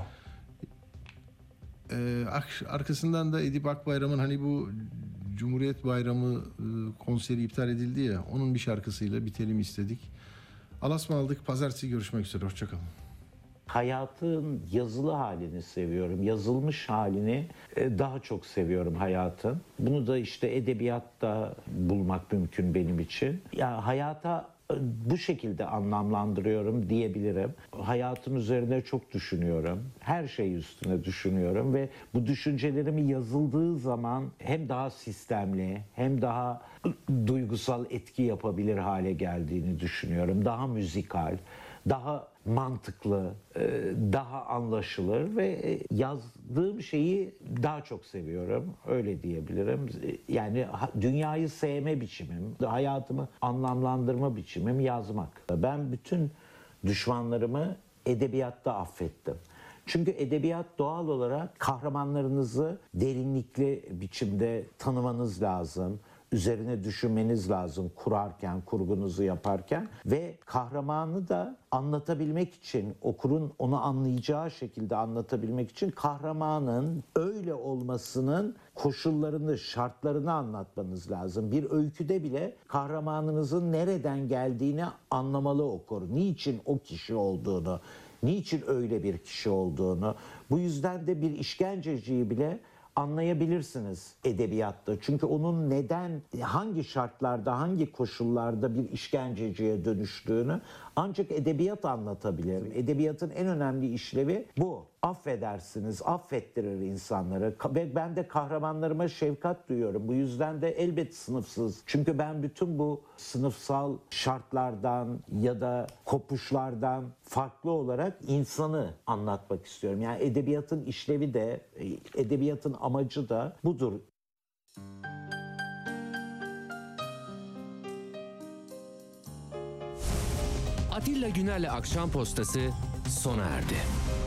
E, arkasından da Edip Akbayram'ın hani bu Cumhuriyet Bayramı e, konseri iptal edildi ya, onun bir şarkısıyla bitelim istedik. Alasmalık, pazartesi görüşmek üzere, hoşçakalın. Hayatın yazılı halini seviyorum. Yazılmış halini daha çok seviyorum hayatın. Bunu da işte edebiyatta bulmak mümkün benim için. Ya hayata bu şekilde anlamlandırıyorum diyebilirim. Hayatım üzerine çok düşünüyorum. Her şey üstüne düşünüyorum ve bu düşüncelerimi yazıldığı zaman hem daha sistemli hem daha duygusal etki yapabilir hale geldiğini düşünüyorum. Daha müzikal, daha mantıklı, daha anlaşılır ve yazdığım şeyi daha çok seviyorum. Öyle diyebilirim. Yani dünyayı sevme biçimim, hayatımı anlamlandırma biçimim yazmak. Ben bütün düşmanlarımı edebiyatta affettim. Çünkü edebiyat doğal olarak kahramanlarınızı derinlikli biçimde tanımanız lazım. Üzerine düşünmeniz lazım kurarken, kurgunuzu yaparken ve kahramanı da anlatabilmek için, okurun onu anlayacağı şekilde anlatabilmek için kahramanın öyle olmasının koşullarını, şartlarını anlatmanız lazım. Bir öyküde bile kahramanınızın nereden geldiğini anlamalı okur. Niçin o kişi olduğunu, niçin öyle bir kişi olduğunu. Bu yüzden de bir işkenceciyi bile anlayabilirsiniz edebiyatta. Çünkü onun neden, hangi şartlarda, hangi koşullarda bir işkenceciye dönüştüğünü ancak edebiyat anlatabilir. Edebiyatın en önemli işlevi bu. Affedersiniz, affettirir insanları. Ve ben de kahramanlarıma şefkat duyuyorum. Bu yüzden de elbet sınıfsız. Çünkü ben bütün bu sınıfsal şartlardan ya da kopuşlardan farklı olarak insanı anlatmak istiyorum. Yani edebiyatın işlevi de, edebiyatın amacı da budur. Atilla Güner'le Akşam Postası sona erdi.